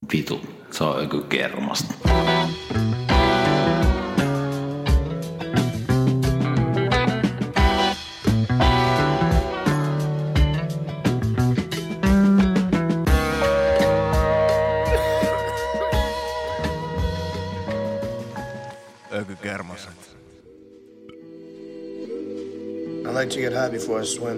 Vitu, se on joku kermasta. Ökykermaset. I like to get high before I swim.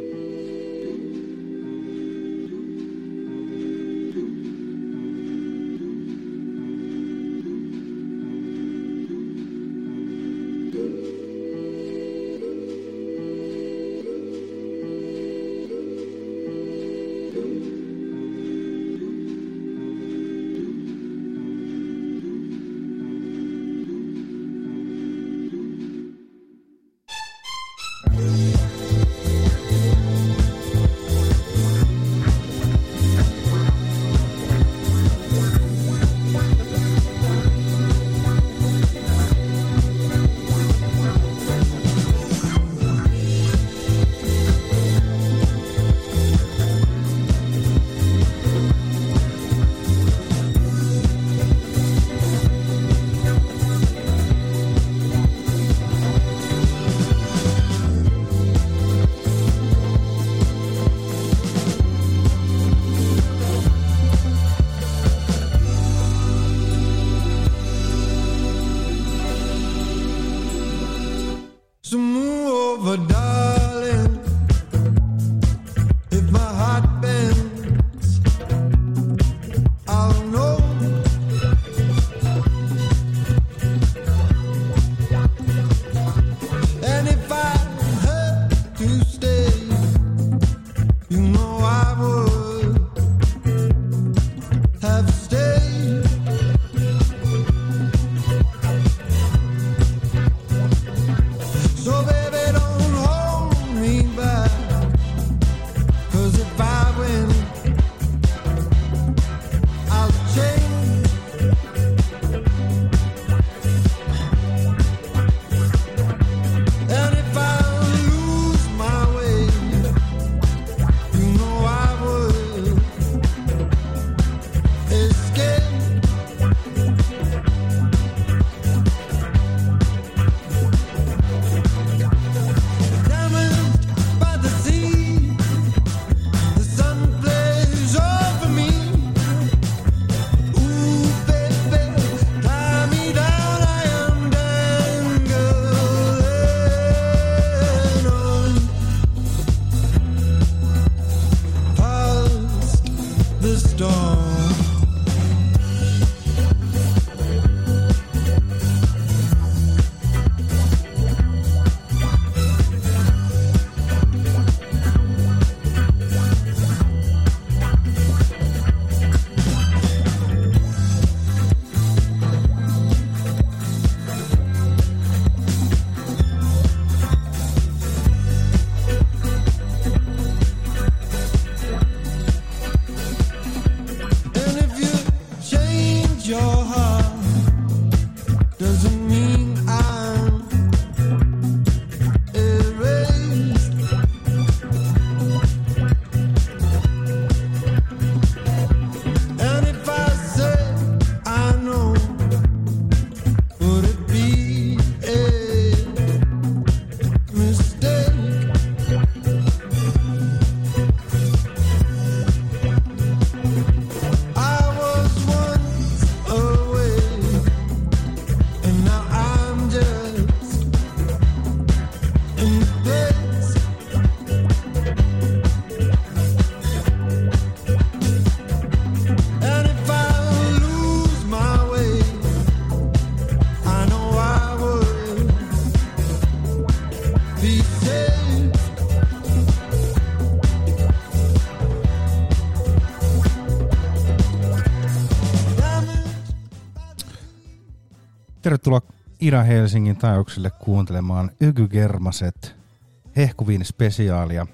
Tervetuloa Ida-Helsingin taajuuksille kuuntelemaan Ökygermaset hehkuviinispesiaalia.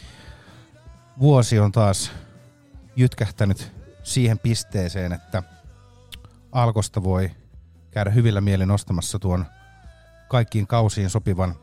Vuosi on taas jytkähtänyt siihen pisteeseen, että Alkosta voi käydä hyvillä mielin ostamassa tuon kaikkiin kausiin sopivan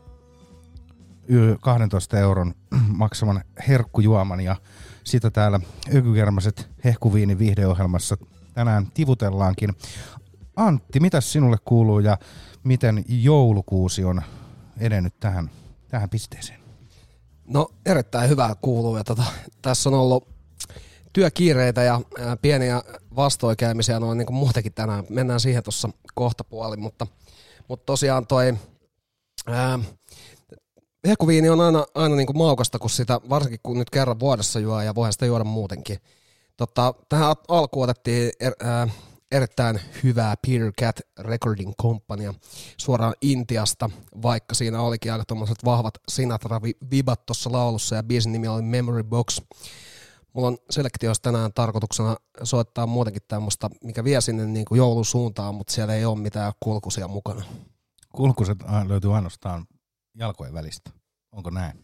12 euron maksavan herkkujuoman, ja sitä täällä Ökygermaset hehkuviinin viihdeohjelmassa tänään tivutellaankin. Antti, mitäs sinulle kuuluu ja miten joulukuusi on edennyt tähän pisteeseen? No erittäin hyvää kuuluu ja tässä on ollut työkiireitä ja pieniä vastoinkäymisiä noin niin kuin muutenkin tänään. Mennään siihen tuossa kohtapuoliin, mutta tosiaan toi hehkuviini on aina niin kuin maukasta, kun sitä, varsinkin kun nyt kerran vuodessa juo ja voihan sitä juoda muutenkin. Tähän alkuun otettiin erittäin hyvää Peter Cat Recording Companyaa suoraan Intiasta, vaikka siinä olikin aika tommoset vahvat Sinatra-vibat tuossa laulussa ja biisin nimi oli Memory Box. Mulla on selektiossa tänään tarkoituksena soittaa muutenkin tämmöistä, mikä vie sinne niin kuin joulun suuntaan, mutta siellä ei ole mitään kulkusia mukana. Kulkuset löytyy ainoastaan jalkojen välistä. Onko näin?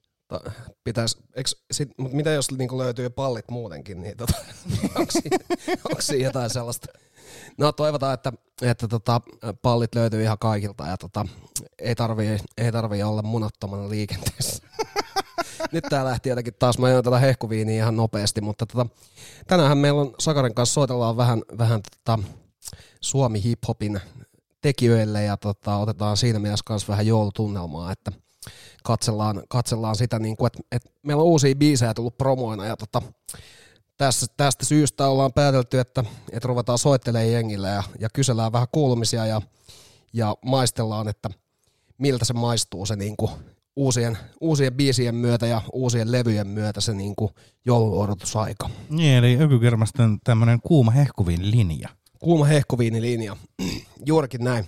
Mutta mitä jos niin kuin löytyy pallit muutenkin, niin onko siinä jotain sellaista? No toivotaan, että pallit löytyy ihan kaikilta ja ei tarvii olla munattomana liikenteessä. Nyt tää lähti jotenkin taas, mä join tätä hehkuviiniä ihan nopeasti, mutta tänäänhän meillä on Sakarin kanssa soitellaan vähän Suomi hip-hopin tekijöille ja otetaan siinä mielessä kanssa vähän joulutunnelmaa, että katsellaan sitä, niin kuin, että meillä on uusia biisejä tullut promoina ja tästä syystä ollaan päätelty, että ruvetaan soittelemaan jengille ja kysellään vähän kuulumisia ja maistellaan, että miltä se maistuu se niin kuin uusien biisien myötä ja uusien levyjen myötä se niin kuin jouluodotusaika. Niin, eli Ökykermasten tämmöinen kuuma hehkuviin linja. Kuuma hehkuviini linja, juurikin näin.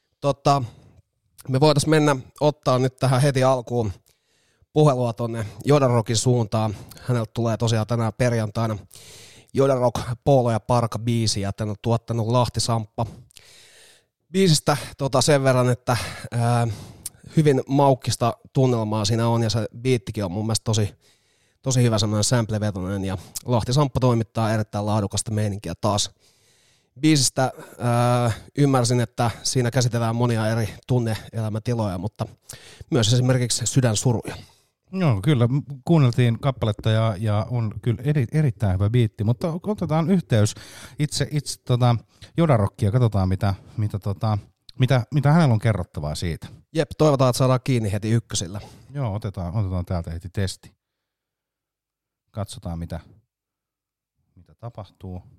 Me voitaisiin mennä ottaa nyt tähän heti alkuun puhelua tonne Jodarokin suuntaan. Häneltä tulee tosiaan tänään perjantaina Jodarok Polo ja Parka biisi ja tän on tuottanut Lahti Samppa. Biisistä sen verran, että hyvin maukkista tunnelmaa siinä on ja se biittikin on mun mielestä tosi hyvä semmoinen sample-vetoinen ja Lahti Samppa toimittaa erittäin laadukasta meininkiä taas. Biisistä ymmärsin, että siinä käsitellään monia eri tunne-elämätiloja, mutta myös esimerkiksi sydänsuruja. Joo, kyllä kuunneltiin kappaletta ja on kyllä erittäin hyvä biitti, mutta otetaan yhteys itse Jodarokkia ja katsotaan mitä hänellä on kerrottavaa siitä. Jep, toivotaan, että saadaan kiinni heti ykkösillä. Joo, otetaan täältä heti testi. Katsotaan mitä tapahtuu.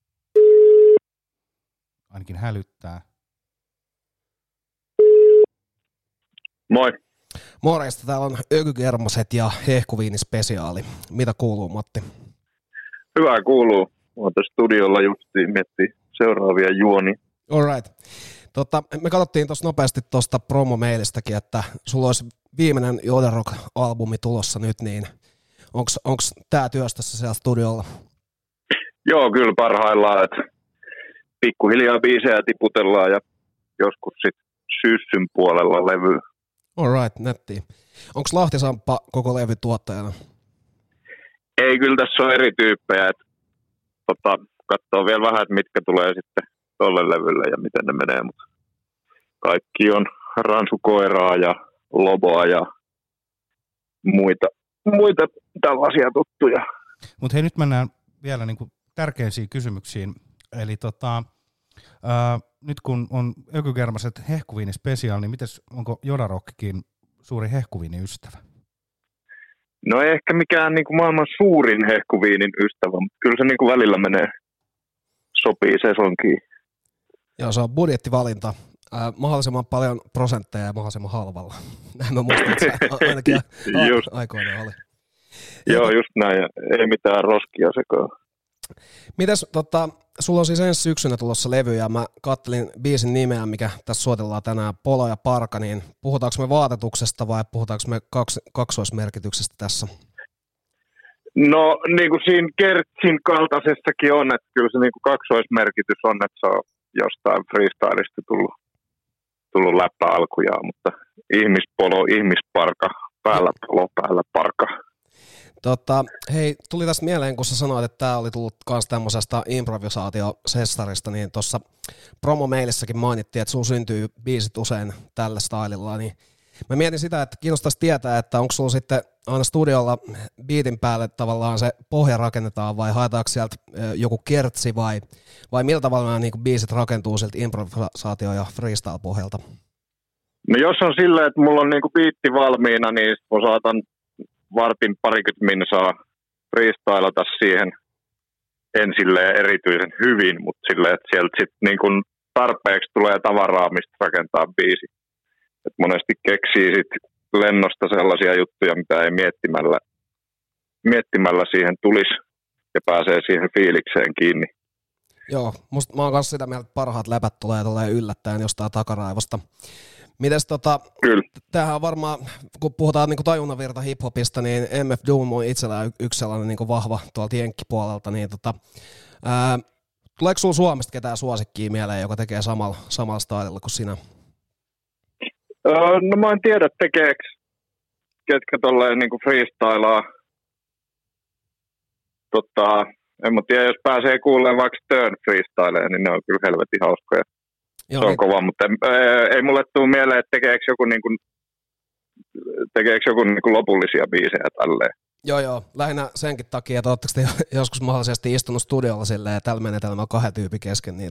Ainakin hälyttää. Moi. Morjesta, täällä on Ökykermaset ja hehkuviinispesiaali. Mitä kuuluu, Matti? Hyvää kuuluu. Olen tässä studiolla just miettii seuraavia juoni. Alright. Me katsottiin tuossa nopeasti tuosta promomeilistäkin, että sulla olisi viimeinen Jodarok-albumi tulossa nyt, niin onko tämä työstössä siellä studiolla? Joo, kyllä parhaillaan, että pikkuhiljaa biisejä tiputellaan ja joskus sitten syssyn puolella levy. Alright, nettiin. Onko Lahti Samppa koko levy tuottajana? Ei, kyllä tässä on eri tyyppejä, että katsoo vielä vähän, että mitkä tulee sitten tolle levylle ja miten ne menee, mutta kaikki on Ransukoiraa ja Loboa ja muita tällaisia tuttuja. Mutta hei, nyt mennään vielä niinku tärkeisiin kysymyksiin. Eli nyt kun on Ökykermaset hehkuviinispesiaali, niin onko Jodarokkikin suuri hehkuviiniystävä? No ei ehkä mikään niin kuin maailman suurin hehkuviinin ystävä, mutta kyllä se niin kuin välillä sopii sesonkiin. Joo, se on budjettivalinta. Mahdollisimman paljon prosentteja ja mahdollisimman halvalla. Näin mä muistan, että se ainakin aikoina oli. Joo, just näin. Ei mitään roskia sekaan. Mites, sulla on siis ensi syksynä tulossa levy ja mä kattelin biisin nimeä, mikä tässä soitellaan tänään, Polo ja Parka, niin puhutaanko me vaatetuksesta vai puhutaanko me kaksoismerkityksestä tässä? No niin kuin siinä Kertsin kaltaisessakin on, että kyllä se niin kuin kaksoismerkitys on, että se on jostain freestylista tullut läppä alkujaan, mutta ihmispolo, ihmisparka, päällä polo, päällä parka. Hei, tuli tästä mieleen, kun sä sanoit, että tää oli tullut kans tämmöisestä improvisaatiosestarista, niin tuossa promomeilissäkin mainittiin, että sulla syntyy biisit usein tällä stylilla, niin Mä mietin sitä, että kiinnostaisi tietää, että onko sulla sitten aina studiolla beatin päälle tavallaan se pohja rakennetaan vai haetaanko sieltä joku kertsi vai millä tavalla nämä niin biisit rakentuu sieltä improvisaatio- ja freestyle-pohjalta? No jos on silleen, että mulla on niinku biitti valmiina, niin mä saatan vartin 20 minsaa freestylata siihen en silleen erityisen hyvin, mutta silleen, että sieltä sitten niin kun tarpeeksi tulee tavaraa, mistä rakentaa biisi. Et monesti keksii sit lennosta sellaisia juttuja, mitä ei miettimällä siihen tulisi ja pääsee siihen fiilikseen kiinni. Joo, mä oon kanssa sitä mieltä, että parhaat läpät tulee yllättäen jostain takaraivosta. Mites tämähän on varmaan, kun puhutaan niin tajunnanvirta hiphopista, niin MF Doom on itsellään yksi sellainen niin vahva tuolta jenkkipuolelta, niin tuleeko sulla Suomesta ketään suosikkia mieleen, joka tekee samalla stylella kuin sinä? No mä en tiedä tekeekö, ketkä tolleen niin freestylaa. En mä tiedä, jos pääsee kuulemaan vaikka Stern freestyleen, niin ne on kyllä helvetin hauskoja. Joo, se on kova, mutta ei mulle tule mieleen, että tekeekö joku lopullisia biisejä tälleen. Joo, lähinnä senkin takia, että ootteko te joskus mahdollisesti istunut studiolla silleen, ja tällä menetelmällä 2 tyypin kesken, niin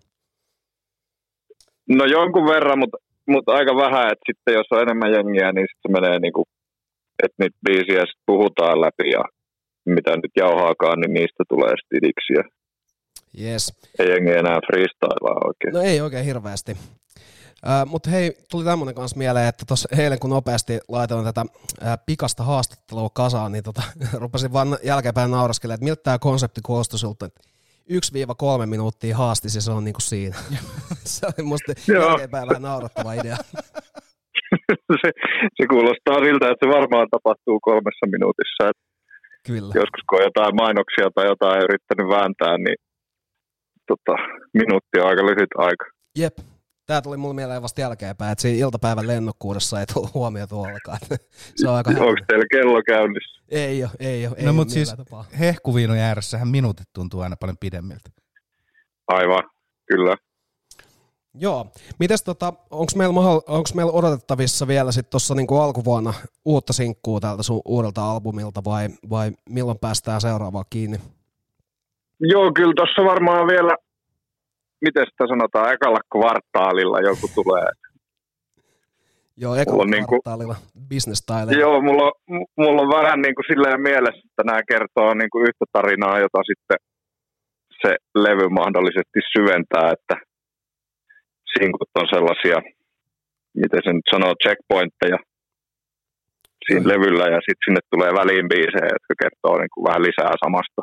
No jonkun verran, mutta aika vähän, että sitten jos on enemmän jengiä, niin sitten se menee niinku, että niitä biisiä sitten puhutaan läpi ja mitä nyt jauhaakaan, niin niistä tulee sitten idiksiä. Yes. Ei jengi enää freestylaa oikein. No ei oikein hirveästi. Mutta hei, tuli tämmöinen kanssa mieleen, että tuossa eilen kun nopeasti laitoin tätä pikasta haastattelua kasaan, niin rupesin vaan jälkeenpäin nauraskelemaan, että miltä tämä konsepti koostui sulta, että 1-3 minuuttia haastisi, se on niinku siinä. Se oli musta jälkeenpäin vähän naurattava idea. se kuulostaa siltä, että se varmaan tapahtuu 3 minuutissa. Kyllä. Joskus kun on jotain mainoksia tai jotain yrittänyt vääntää, niin minuutti on aika lyhyt aika. Jep. Tää tuli mulle mieleen vasta jälkeenpäin, että siinä iltapäivän lennokkuudessa ei tullut huomioitu ollenkaan. Se on aika onko teillä kello käynnissä? Ei ole. No mutta siis hehkuviinon ääressähän minuutit tuntuu aina paljon pidemmiltä. Aivan, kyllä. Joo. Mites onko meillä odotettavissa vielä sitten tuossa niinku alkuvuonna uutta sinkkuu tältä sun uudelta albumilta vai milloin päästään seuraavaan kiinni? Joo, kyllä tuossa varmaan vielä, miten sitä sanotaan, ekalla kvartaalilla joku tulee. Joo, ekalla kvartaalilla, business style. Joo, mulla on vähän niin kuin silleen mielessä, että nämä kertoo niin kuin yhtä tarinaa, jota sitten se levy mahdollisesti syventää, että sinkut on sellaisia, miten se nyt sanoo, checkpointteja siinä levyllä ja sitten sinne tulee väliin biisejä, jotka kertoo niin kuin vähän lisää samasta.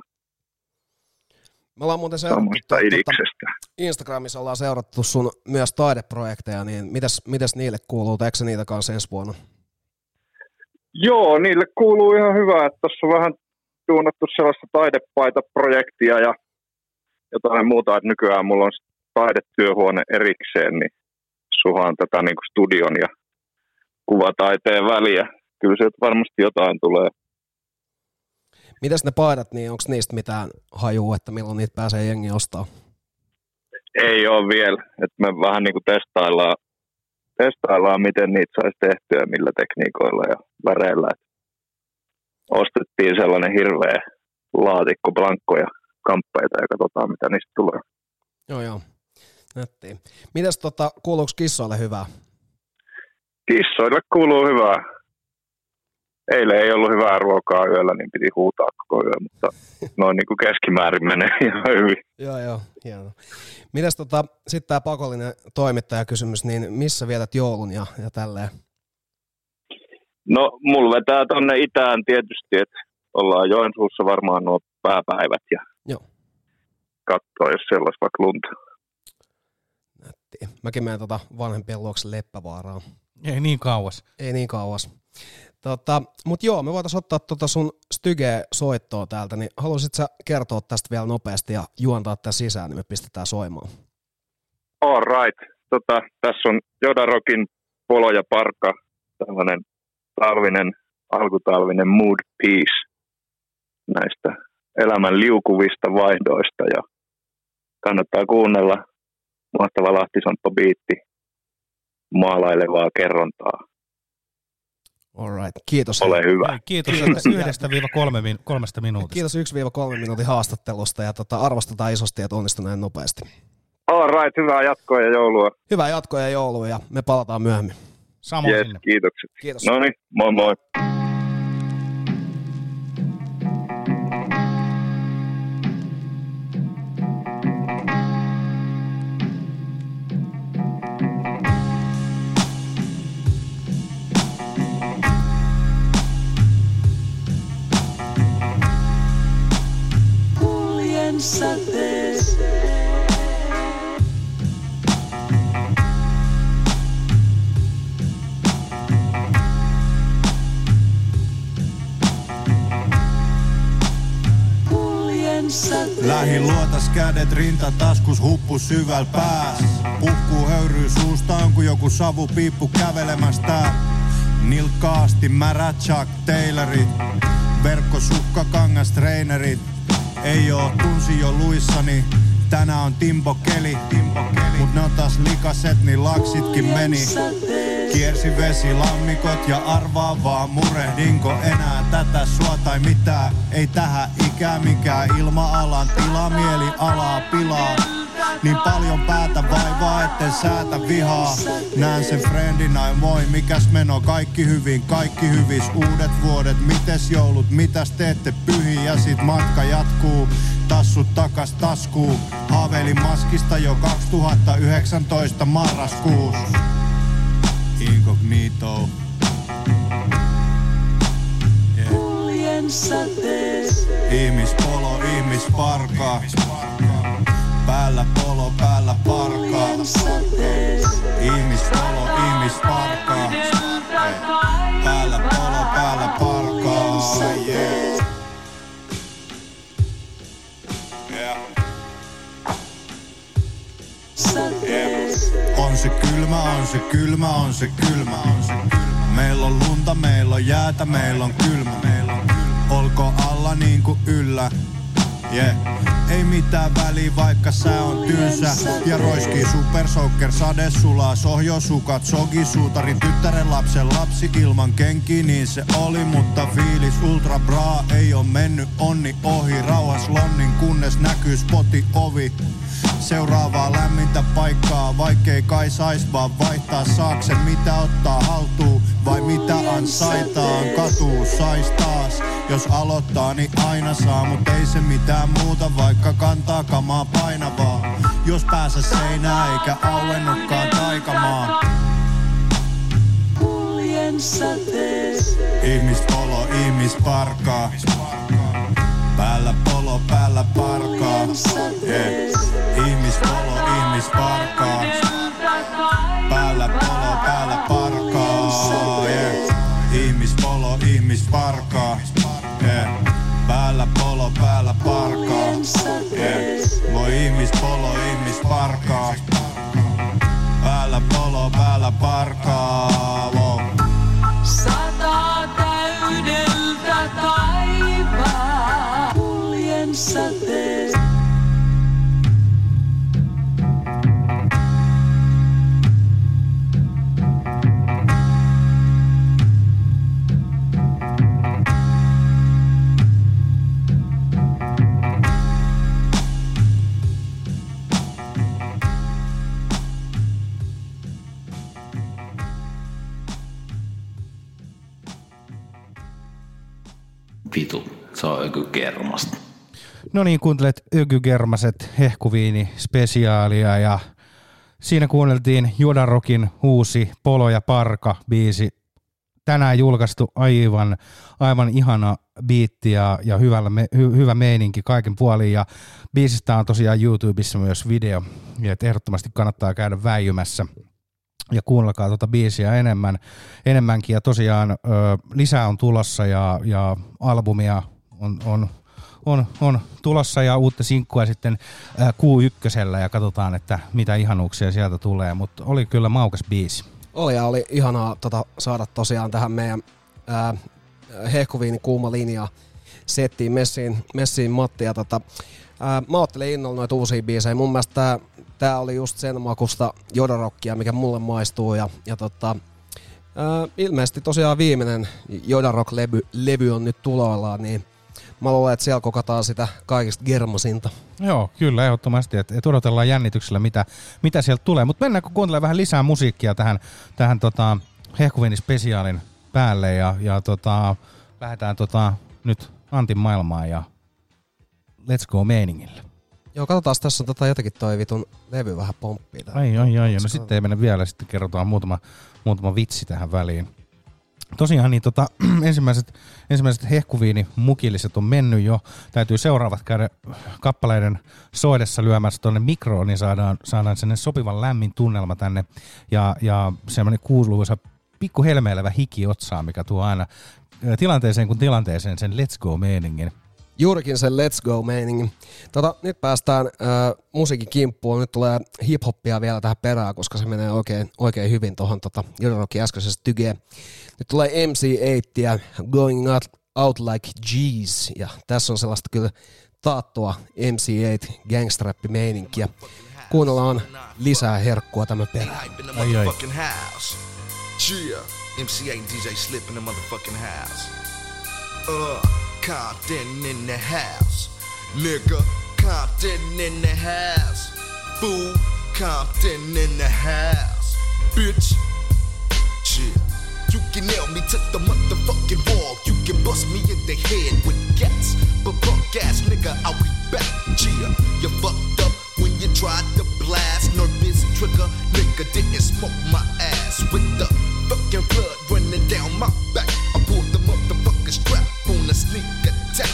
Me ollaan muuten seurattu Instagramissa ollaan seurattu sun myös taideprojekteja, niin mitäs niille kuuluu? Teekö se niitä kanssa ensi vuonna? Joo, niille kuuluu ihan hyvä, että tuossa on vähän tuunattu sellaista taidepaitaprojektia ja jotain muuta, että nykyään mulla on taidetyöhuone erikseen, niin suhaan tätä niin kuin studion ja kuvataiteen väliä. Kyllä sieltä varmasti jotain tulee. Mitäs ne paidat, niin onko niistä mitään hajua, että milloin niitä pääsee jengi ostaa? Ei ole vielä. Että me vähän niin kuin testaillaan, miten niitä saisi tehtyä, millä tekniikoilla ja väreillä. Ostettiin sellainen hirveä laatikko blankkoja kamppeita ja katsotaan, mitä niistä tulee. Joo. Nättiin. Mitäs kuuluuko kissoille hyvää? Kissoille kuuluu hyvää. Eilen ei ollut hyvää ruokaa yöllä, niin piti huutaa koko yö, mutta noin niin kuin keskimäärin menee ihan hyvin. Joo, hienoa. Mitäs sitten tämä pakollinen toimittajakysymys, niin missä vietät joulun ja tälleen? No, mulla vetää tonne itään tietysti, että ollaan Joensuussa varmaan nuo pääpäivät ja katsoo, jos siellä olisi vaikka lunta. Nättiä. Mäkin menen vanhempien luokse Leppävaaraan. Ei niin kauas. Mutta joo, me voitaisiin ottaa sun Styge-soittoa täältä, niin haluaisit sä kertoa tästä vielä nopeasti ja juontaa tämän sisään, niin me pistetään soimaan. All right. Tässä on Jodarokin Polo ja Parka, tällainen alkutalvinen mood piece näistä elämän liukuvista vaihdoista ja kannattaa kuunnella. Mahtava Lahtisamppa biitti, maalailevaa kerrontaa. Alright, kiitos. Ole hyvä. Kiitos 1-3 minuutista. Kiitos 1-3 minuutin haastattelusta ja arvostetaan isosti, että onnistui näin nopeasti. Alright, hyvää jatkoa ja joulua. Hyvää jatkoa ja joulua ja me palataan myöhemmin. Samoin yes, sinne. Kiitokset. Kiitos. Noniin, moi moi. Lähin luotas kädet rintataskus, huppu syväl pääs. Puhkuu höyryy suustaan, kun joku savupiippu kävelemästä. Nilkkaasti märät Chuck Taylorit, verkkosukka kangas trainerit. Ei oo tunsi jo luissani, tänään on Timbo Keli. Mut ne on taas likaset, niin laksitkin meni. Kiersi vesilammikot ja arvaa vaan murehdinko enää tätä sua tai mitään. Ei tähän ikää mikään ilma-alan tila, mieli alaa pilaa. Niin paljon päätä vaivaa, etten säätä vihaa. Näen sen friendinä, moi mikäs meno, kaikki hyvin, kaikki hyvis. Uudet vuodet, mites joulut, mitäs teette pyhin ja sit matka jatkuu. Tassut takas taskuu, haaveilin maskista jo 2019 marraskuus. Incognito. Yeah. Ihmispolo, ihmisparka. Päällä polo, päällä parka. Ihmispolo, ihmisparka. Päällä polo, päällä parka. Yeah. Yeah. On se kylmä, on se kylmä, on se kylmä, on se kylmä. Meillä on lunta, meillä on jäätä, meillä on kylmä. Olko alla niinku yllä, yeah. Ei mitään väliä vaikka sää on tylsä. Ja roiskii Super Soaker, sade sulaa, sohjosukat, sogisuutarin tyttären lapsen lapsi ilman kenki, niin se oli. Mutta fiilis ultra bra, ei oo mennyt onni ohi. Rauhas lonnin kunnes näkyy spoti ovi. Seuraavaa lämmintä paikkaa, vaikkei kai sais vaan vaihtaa. Saakse mitä ottaa haltuun, vai mitä ansaitaan katuu. Sais taas, jos aloittaa niin aina saa. Mut ei se mitään muuta, vaikka kantaa kamaa painavaa. Jos pääsä seinää eikä auennutkaan taikamaa. Ihmispolo, ihmisparka. Päällä polo, päällä parka. Yeah. Ihmispolo, ihmisparka. Päällä polo, päällä parka. Yeah. Ihmispolo, ihmisparka. Yeah. Päällä polo, päällä parka. Yeah. Moi ihmispolo, ihmisparka. Päällä polo, päällä parka. Wow. Sataa täydeltä taivaa, kuljen säteessä. Vitu, se on joku kermasta. No niin, kuuntelet Ökygermaset hehkuviini spesiaalia ja siinä kuunneltiin Jodarockin uusi Polo ja Parka -biisi. Tänään julkaistu aivan ihana biitti ja hyvä meininki kaiken puolin ja biisistä on tosiaan YouTubessa myös video, että ehdottomasti kannattaa käydä väijymässä. Ja kuunnelkaa tuota biisiä enemmänkin ja tosiaan lisää on tulossa ja albumia on tulossa ja uutta sinkkua sitten Q1 ja katsotaan, että mitä ihanuuksia sieltä tulee, mutta oli kyllä maukas biisi. Oli ihanaa saada tosiaan tähän meidän hehkuviini kuuma linja settiin messiin Matti ja mä oottelin innolla noita uusia biisejä. Mun mielestä tää oli just sen makusta Jodarockia, mikä mulle maistuu ja Ilmeisesti tosiaan viimeinen Yoda Rock-levy on nyt tuloillaan, niin mä luulen, että siellä kokataan sitä kaikista germasinta. Joo, kyllä, ehdottomasti. Et odotellaan jännityksellä, mitä sieltä tulee. Mutta mennäänkö kuuntelemaan vähän lisää musiikkia tähän Hehkuviini-spesiaalin päälle ja lähdetään nyt Antin maailmaan ja let's go meiningille. Joo, katsotaan, tässä on jotenkin toi vitun levy vähän pomppii. Ai. No sitten ei mennä vielä, sitten kerrotaan muutama vitsi tähän väliin. Tosiaan niin ensimmäiset hehkuviini-mukilliset on mennyt jo. Täytyy seuraavat käydä kappaleiden soidessa lyömässä tuonne mikroon, niin saadaan sellainen sopivan lämmin tunnelma tänne. Ja semmoinen kuuluisa pikku helmeilevä hiki otsaan, mikä tuo aina tilanteeseen kuin tilanteeseen sen let's go meiningin. Juurikin sen let's go meiningin. Nyt päästään musiikin kimppuun. Nyt tulee hip-hoppia vielä tähän perään, koska se menee oikein hyvin tuohon Yoda Rockin äskeisessä tygeen. Nyt tulee MC8 ja Going Out Like G's. Ja tässä on sellaista kyllä taattua MC8 gangstrappi-meininkiä. Kuunnellaan lisää herkkua tämän perään. Ai. MC8 DJ Slip in the motherfucking house. Compton in the house. Nigga, Compton in the house. Fool, Compton in the house. Bitch, shit. You can nail me to the motherfucking wall. You can bust me in the head with gats. But punk ass nigga, I'll be back. Chia, you fucked up when you tried to blast. Nervous trigger, nigga didn't smoke my ass. With the fucking blood running down my back. I pulled the motherfucking strap on a sneak attack.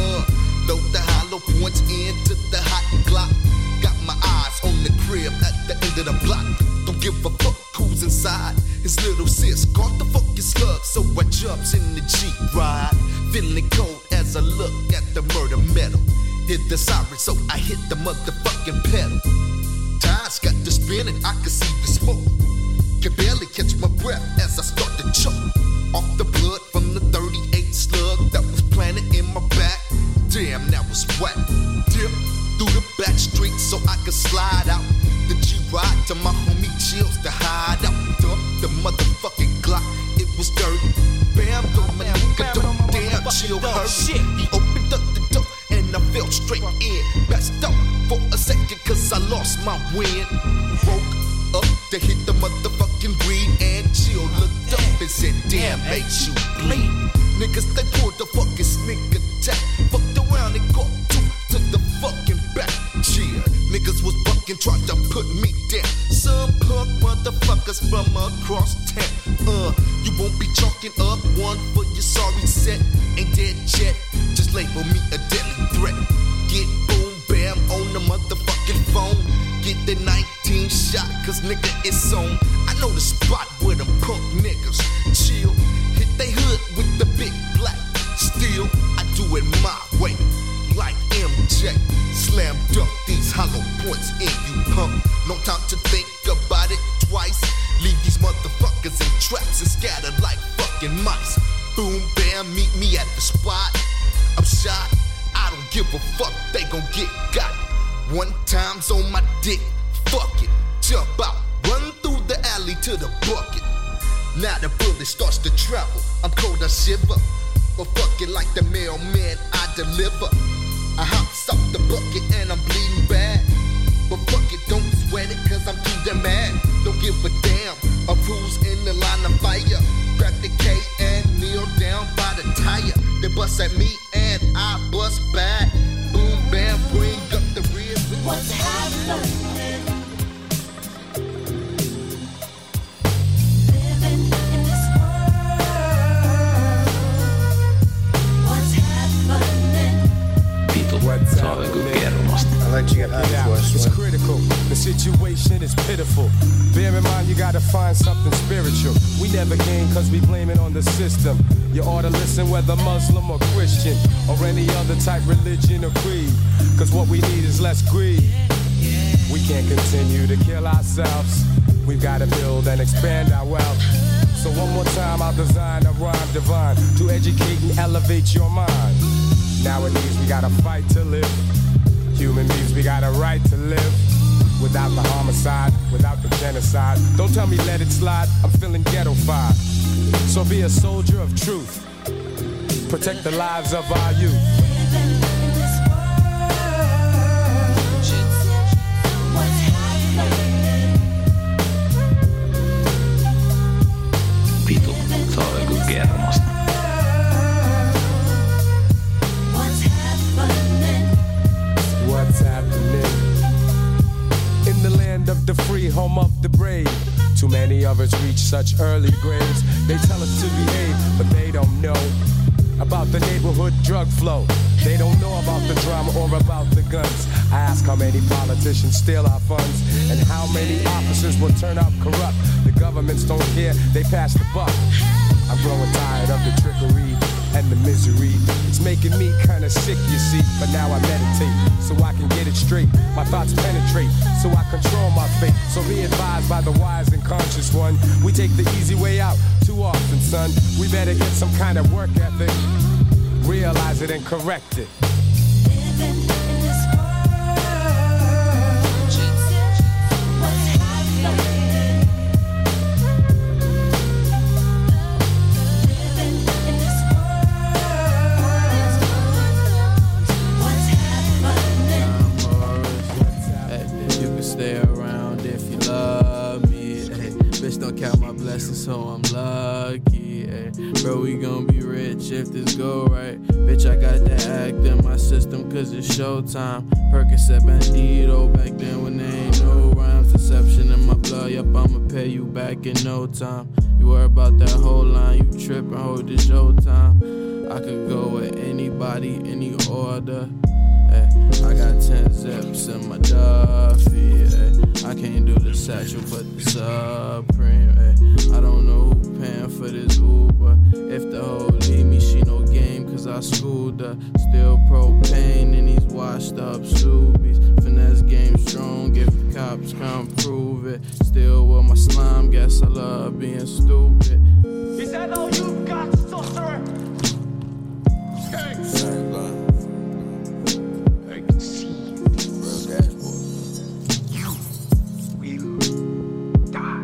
Load the hollow points into the hot Glock. Got my eyes on the crib at the end of the block. Don't give a fuck who's inside. His little sis caught the fucking slug, so I jumps in the Jeep ride. Feeling cold as I look at the murder metal. Hit the siren, so I hit the motherfucking pedal. Tires got to spinning, I can see the smoke. Can barely catch my breath as I start to choke. Off the blood from the 38 slug that was planted in my back. Damn, that was whack. Dip through the back streets so I could slide out. The G-Ride to my homie Chills to hide out. Dump the motherfucking Glock, it was dirty. Bam, throw my nigga, don't damn, Chill hurry. He opened up the door and I fell straight in. Passed out for a second cause I lost my wind. Woke up to hit the motherfucking weed and Chill looked up and said, damn, made you bleed. Niggas, they pulled the fucking sneak attack. Fucked around and got two to the fucking back. Cheer, niggas was bucking, tried to put me down. Some punk motherfuckers from across town. You won't be chalking up one for your sorry set. Ain't dead yet, just label me a deadly threat. Get boom bam on the motherfucking phone. Get the 19 shot, cause nigga it's on. I know the spot where them punk niggas chill. Hit they hood with the big black. Still, I do it my way. Like MJ, slam dunk these hollow points in you punk. No time to think about it twice. Leave these motherfuckers in traps and scatter like fucking mice. Boom bam, meet me at the spot. I'm shot, I don't give a fuck, they gon' get got. One time's on my dick, fuck it. Jump out, run through the alley to the bucket. Now the bullet starts to travel, I'm cold, I shiver. But fuck it like the mailman, I deliver. I hops off the bucket and I'm bleeding bad. But fuck it, don't sweat it cause I'm too damn mad. Don't give a damn of who's in the line of fire. Grab the K and kneel down by the tire. They bust at me and I bust back. Boom bam, bring up the rear. What's happening? Living in this world. What's happening? Vitu, se on joku kermasta. I like to get high before I It's swim. critical. The situation is pitiful. Bear in mind you gotta find something spiritual. We never gain cause we blame it on the system. You ought to listen whether Muslim or Christian or any other type religion or creed. Cause what we need is less greed. We can't continue to kill ourselves. We've gotta build and expand our wealth. So one more time I'll design a rhyme divine to educate and elevate your mind. Nowadays we gotta fight to live. Human beings, we got a right to live without the homicide. inside without the genocide. Don't tell me let it slide, I'm feeling ghetto-fied. So be a soldier of truth. Protect the lives of our youth. Vitu, se on joku kermasta. What's happening? In the land of the free, home of the brave. Too many of us reach such early graves. They tell us to behave, but they don't know about the neighborhood drug flow. They don't know about the drama or about the guns. I ask how many politicians steal our funds and how many officers will turn out corrupt. The governments don't care, they pass the buck. I'm growing tired of the trickery and the misery. It's making me kinda sick, you see. But now I meditate so I can get it straight. My thoughts penetrate so I control my fate. So be advised by the wise and conscious one. We take the easy way out too often, son. We better get some kind of work ethic. Realize it and correct it. So I'm lucky, ay. Bro, we gon' be rich if this go right. Bitch, I got that act in my system cause it's showtime. Percocet Bandito back then when there ain't no rhymes. Deception in my blood, yup, I'ma pay you back in no time. You worry about that whole line, you trippin', hold this your time. I could go with anybody, any order. Ay. I got 10 zips in my Duffy, ay. I can't do the satchel but the Supreme, ay. I don't know who paying for this Uber. If the hoe leave me, she no game cause I schooled her. Still propane in these washed up Subies. Finesse game strong if the cops come prove it. Still with my slime, guess I love being stupid. He said, oh, you got sorcerer. Same line. I can see you, real dashboard. You will die.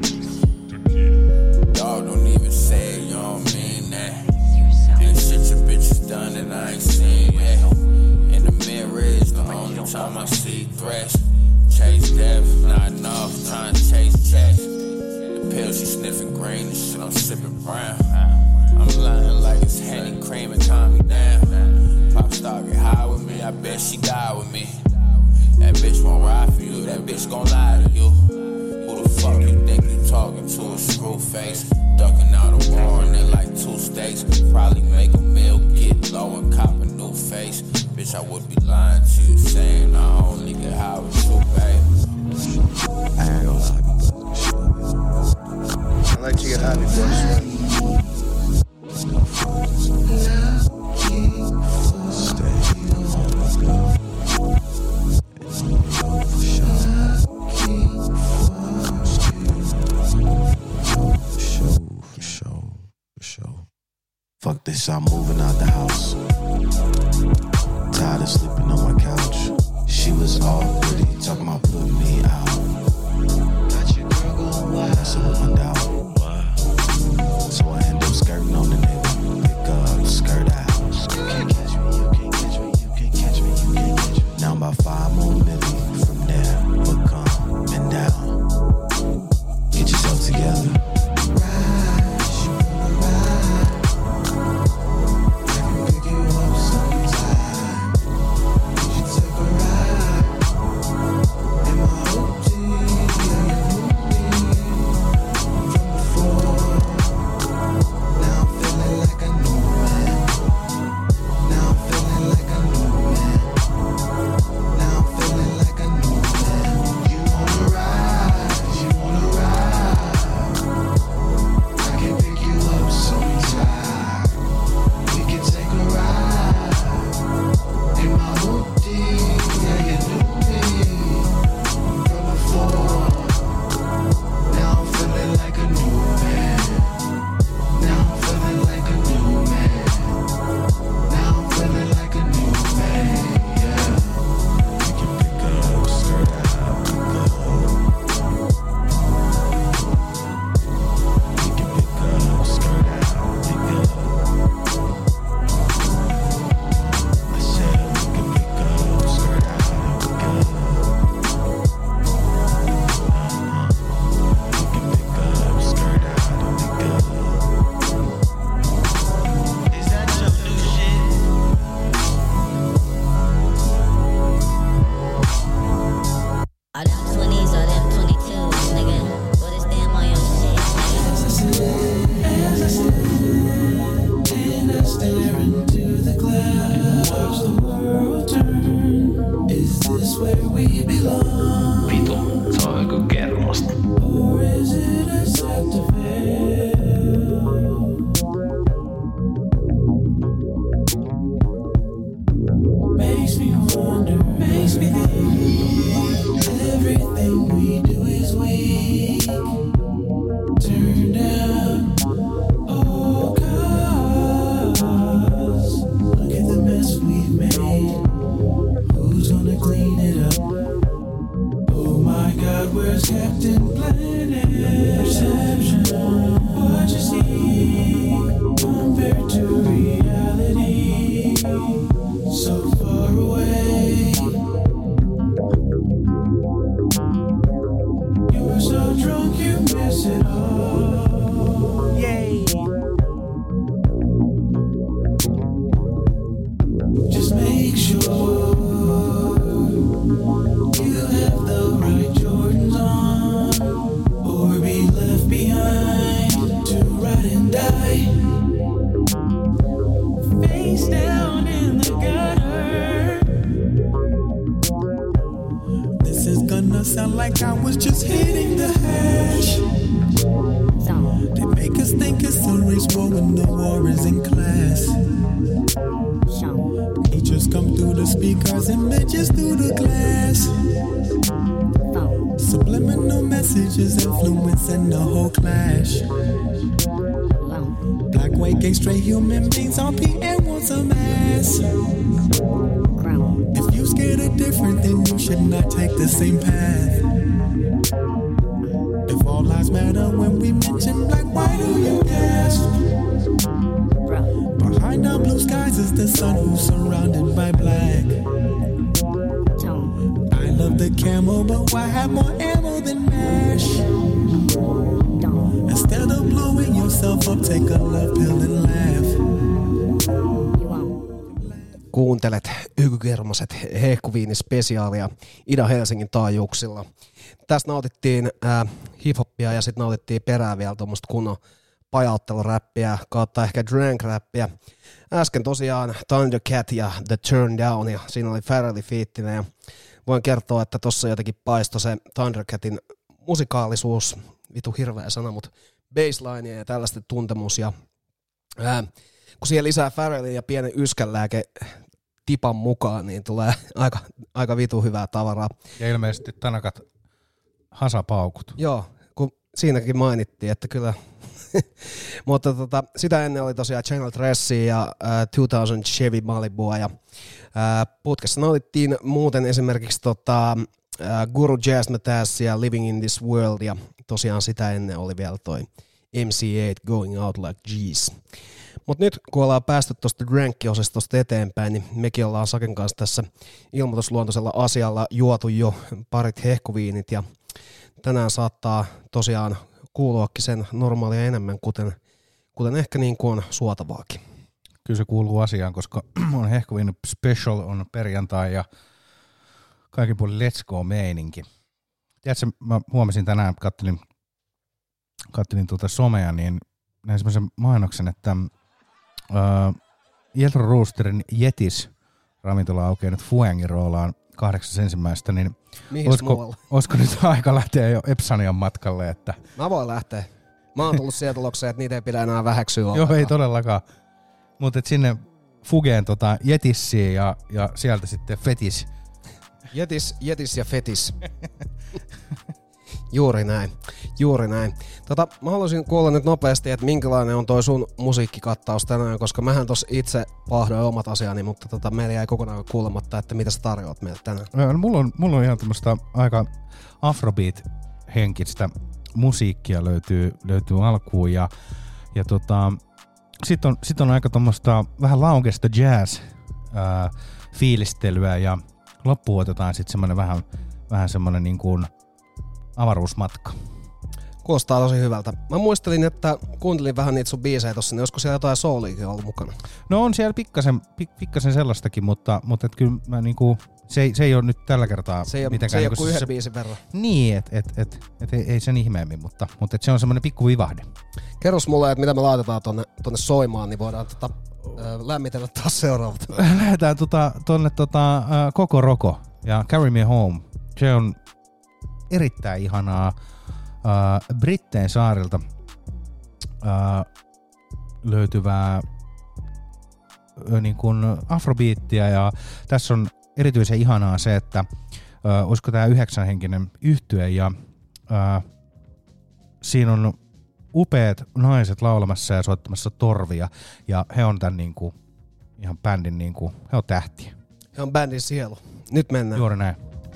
Dog don't even say it, you don't mean that. And shit your bitches done and I ain't seen yet. In the mirror is the only time I see threats. Chase death, not enough, trying to chase checks. The pills she sniffing green, the shit I'm sipping brown. I'm lying like it's Henny cream and calm me down. Pop star get high with me, I bet she die with me. That bitch won't ride for you, that bitch gon' lie to you. Who the fuck you think you talking to, a screw face? Ducking out a warrant in like 2 states. Probably make a meal, get low and cop a new face. Bitch, I would be lying to you, saying I only get high with you, babe. I ain't gonna lie, I like to get high before I swim. Fuck this, I'm moving out the house. Tired of sleeping on my couch. She was all pretty, talking about putting me out. Got your girl going wild. So with my doubt. So I end up skirting on the nigga. Pick up, skirt out. You can't catch me, you can't catch me, you can't catch me, you can't catch me. Now I'm about 5 more million from there. But come and down. Get yourself together. Noin kuin kermasta. Or is it a set to fail? Makes me wonder, makes me think everything we do is weak. Turn down, oh 'cause look at the mess we've made. Who's gonna clean it up? Oh my God, where's Captain Planet? Perception, what you see compared to reality, so far away. You're so drunk you miss it all. Yay! Just make sure you have the right Jordans on, or be left behind to ride and die. Face down in the gutter. This is gonna sound like I was just hitting the hash. They make us think it's a race war when the war is in class. Teachers come through the speakers and bitches through the glass. Subliminal messages influencing the whole clash. Black, white, gay, straight human beings on and want some ass. If you scared of different, then you should not take the same path. If all lives matter when we mention black, why do you gasp? Behind our blue skies is the sun who's surrounded by black. I love the camel, but why have more ammo than MASH? Instead of blowing yourself up, take a love pill and laugh. Kuuntelet Ykykermaset hehkuviinispesiaalia Ida-Helsingin taajuuksilla. Tästä nautittiin hip-hoppia ja sitten nautittiin perään vielä tuommoista kunnon pajautteluräppiä kautta ehkä drank-räppiä. Äsken tosiaan Thundercat ja The Turn Down ja siinä oli Pharrelly fiittinen ja voin kertoa, että tossa jotenkin paistoi se Thundercatin musikaalisuus, vitu hirveä sana, mutta bassline ja tällaista tuntemus ja kun siihen lisää Pharrellin ja pienen yskänlääke tipan mukaan, niin tulee aika vitu hyvää tavaraa. Ja ilmeisesti Tanakat hasapaukut. Joo, kun siinäkin mainittiin, että kyllä. Mutta sitä ennen oli tosiaan Channel Dressia ja 2000 Chevy Malibua ja putkessa nautittiin muuten esimerkiksi Guru Jazz Matazz ja Living in this World ja tosiaan sitä ennen oli vielä toi MC8 Going Out Like G's. Mutta nyt kun ollaan päästy tuosta drank-osastosta eteenpäin, niin mekin ollaan Saken kanssa tässä ilmoitusluontoisella asialla juotu jo parit hehkuviinit ja tänään saattaa tosiaan kuuluakin sen normaalia enemmän, kuten ehkä niin kuin on suotavaakin. Kyllä se kuuluu asiaan, koska on hehkuviini special, on perjantai ja kaikin puolin let's go -meininki. Tiedätkö, mä huomasin tänään, kattelin somea, niin näin semmoisen mainoksen, että Yellow Roosterin Jetis ravintola aukeaa nyt Fuengiroolaan 8.1. niin olisiko nyt aika lähteä jo Epsanian matkalle? Että mä voin lähteä. Mä oon tullut sieltä tulokseen, että niitä ei pidä enää väheksyä. Joo, ei todellakaan. Mutta sinne Fugeen Jetissiin ja sieltä sitten Fetis. Jetis ja Fetis. Juuri näin. Mä haluaisin kuulla nyt nopeasti, että minkälainen on toi sun musiikkikattaus tänään, koska mähän tossa itse pahdoin omat asiani, mutta meillä jäi kokonaan kuulematta, että mitä sä tarjoat meille tänään. Mulla on ihan tämmöstä aika afrobeat-henkistä musiikkia löytyy alkuun ja sit on aika tommoista vähän laukesta jazz fiilistelyä ja loppuun otetaan sit semmonen vähän semmonen niin kuin avaruusmatka. Kuulostaa tosi hyvältä. Mä muistelin, että kuuntelin vähän niitä sun biisejä tossa, niin olisiko siellä jotain souliikin ollut mukana? No on siellä pikkasen sellaistakin, mutta et kyllä mä niinku, se ei ole nyt tällä kertaa mitenkään. Se ei ole kuin yhden biisin verran. Niin, ei sen ihmeemmin, mutta se on semmoinen pikku vivahde. Kerros mulle, että mitä me laitetaan tonne soimaan, niin voidaan lämmitellä taas seuraavat. Lähdetään tonne Koko Roko ja Carry Me Home. Se on erittäin ihanaa Brittein saarilta löytyvää niin kuin afrobeattia, ja tässä on erityisen ihanaa se, että olisiko tämä 9-henkinen yhtye, ja siinä on upeat naiset laulamassa ja soittamassa torvia, ja he on tämän niin kuin, ihan bändin, niin kuin, he on tähtiä. He on bändin sielu. Nyt mennään. Juuri näin.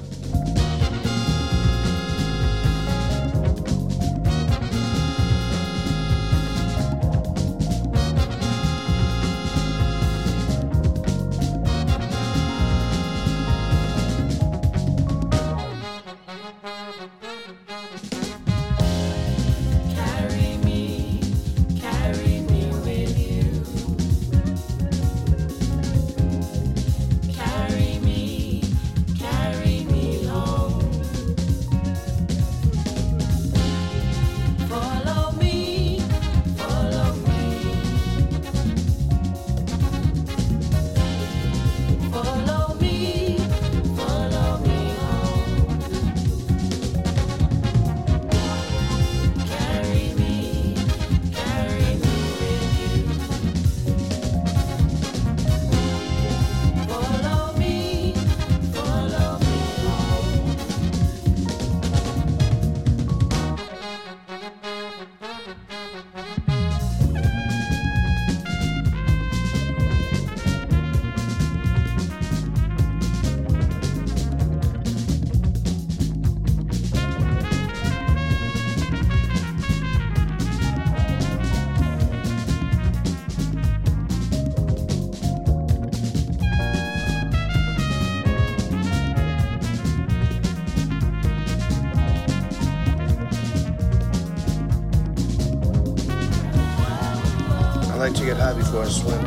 I like to get high before I swim.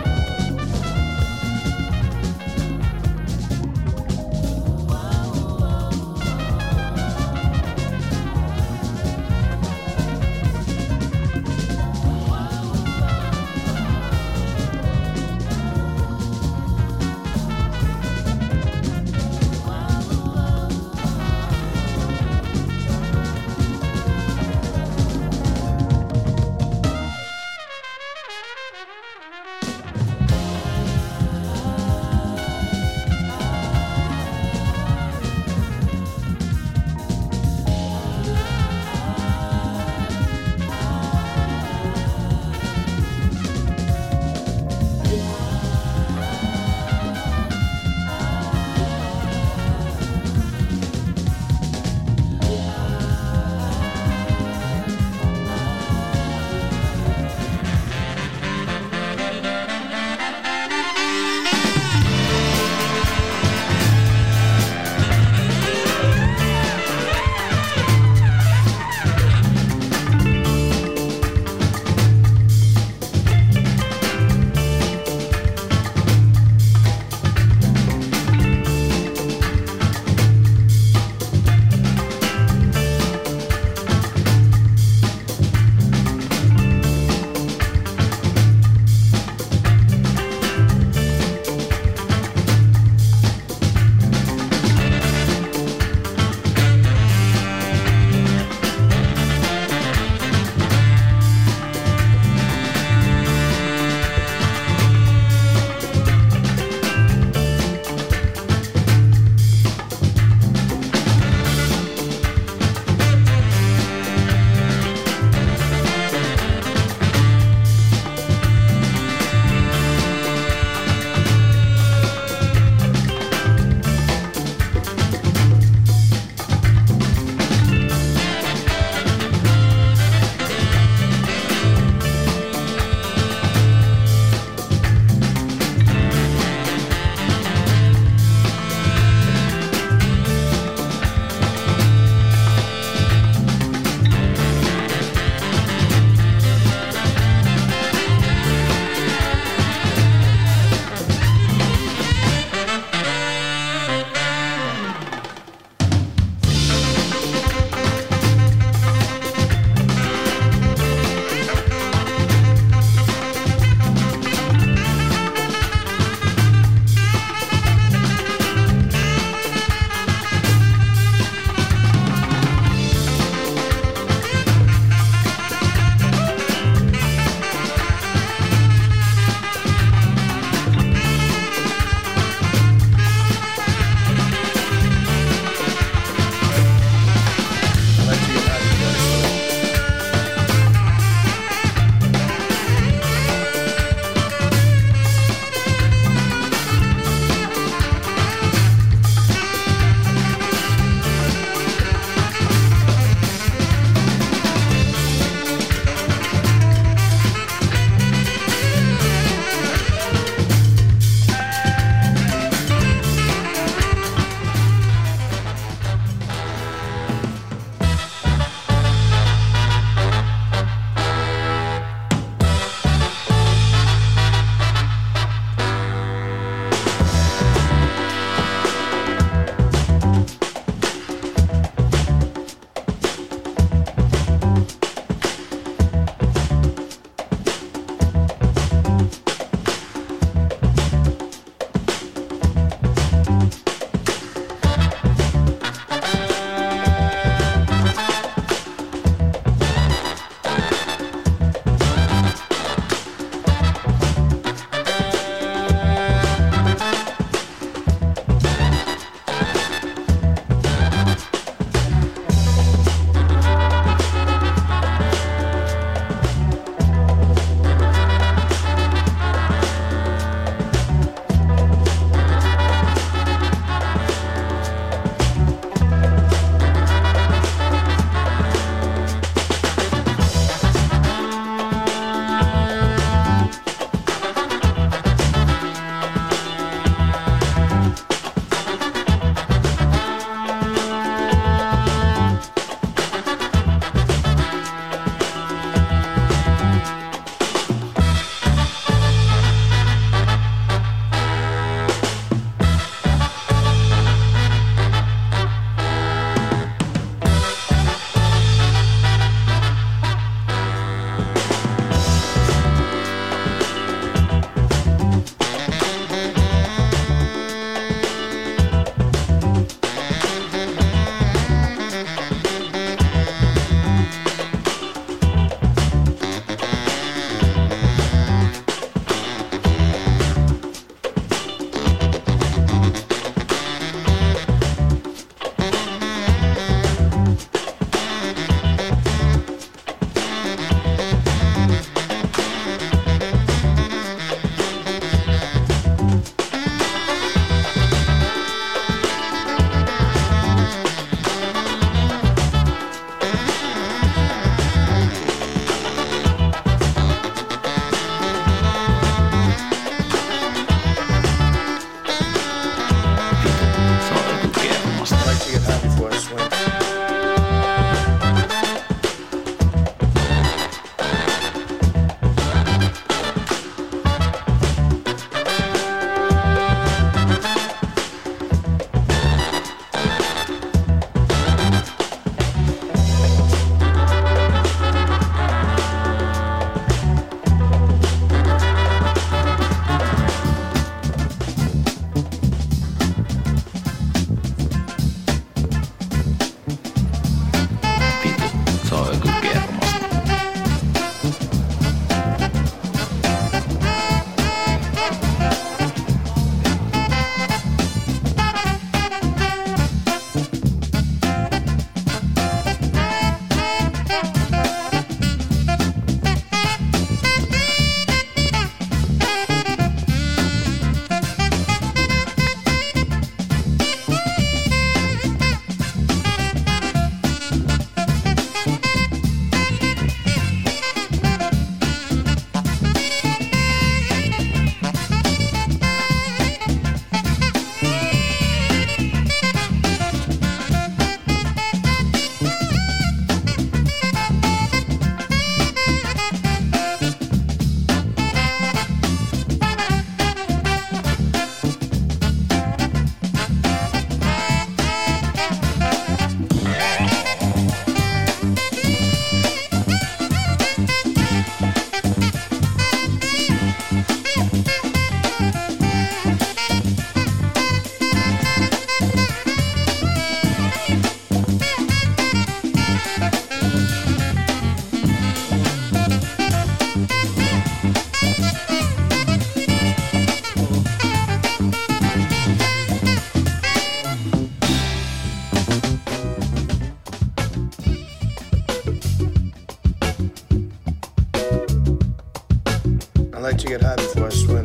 like to get high before I swim.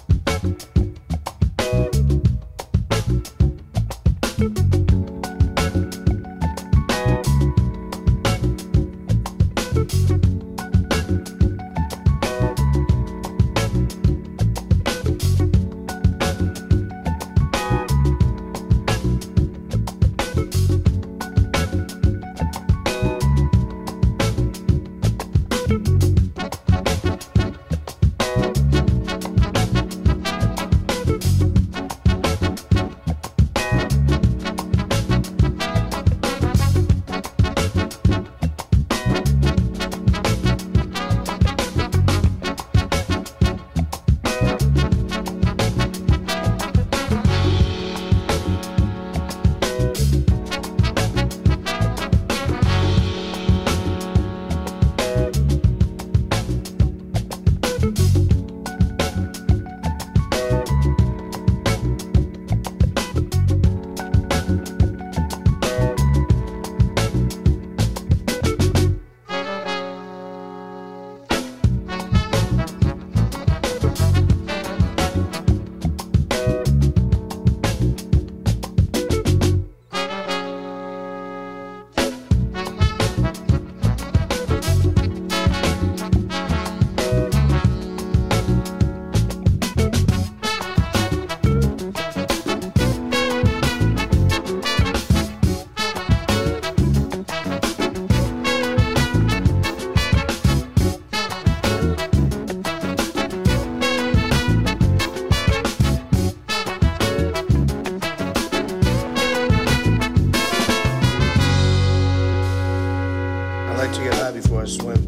I swim.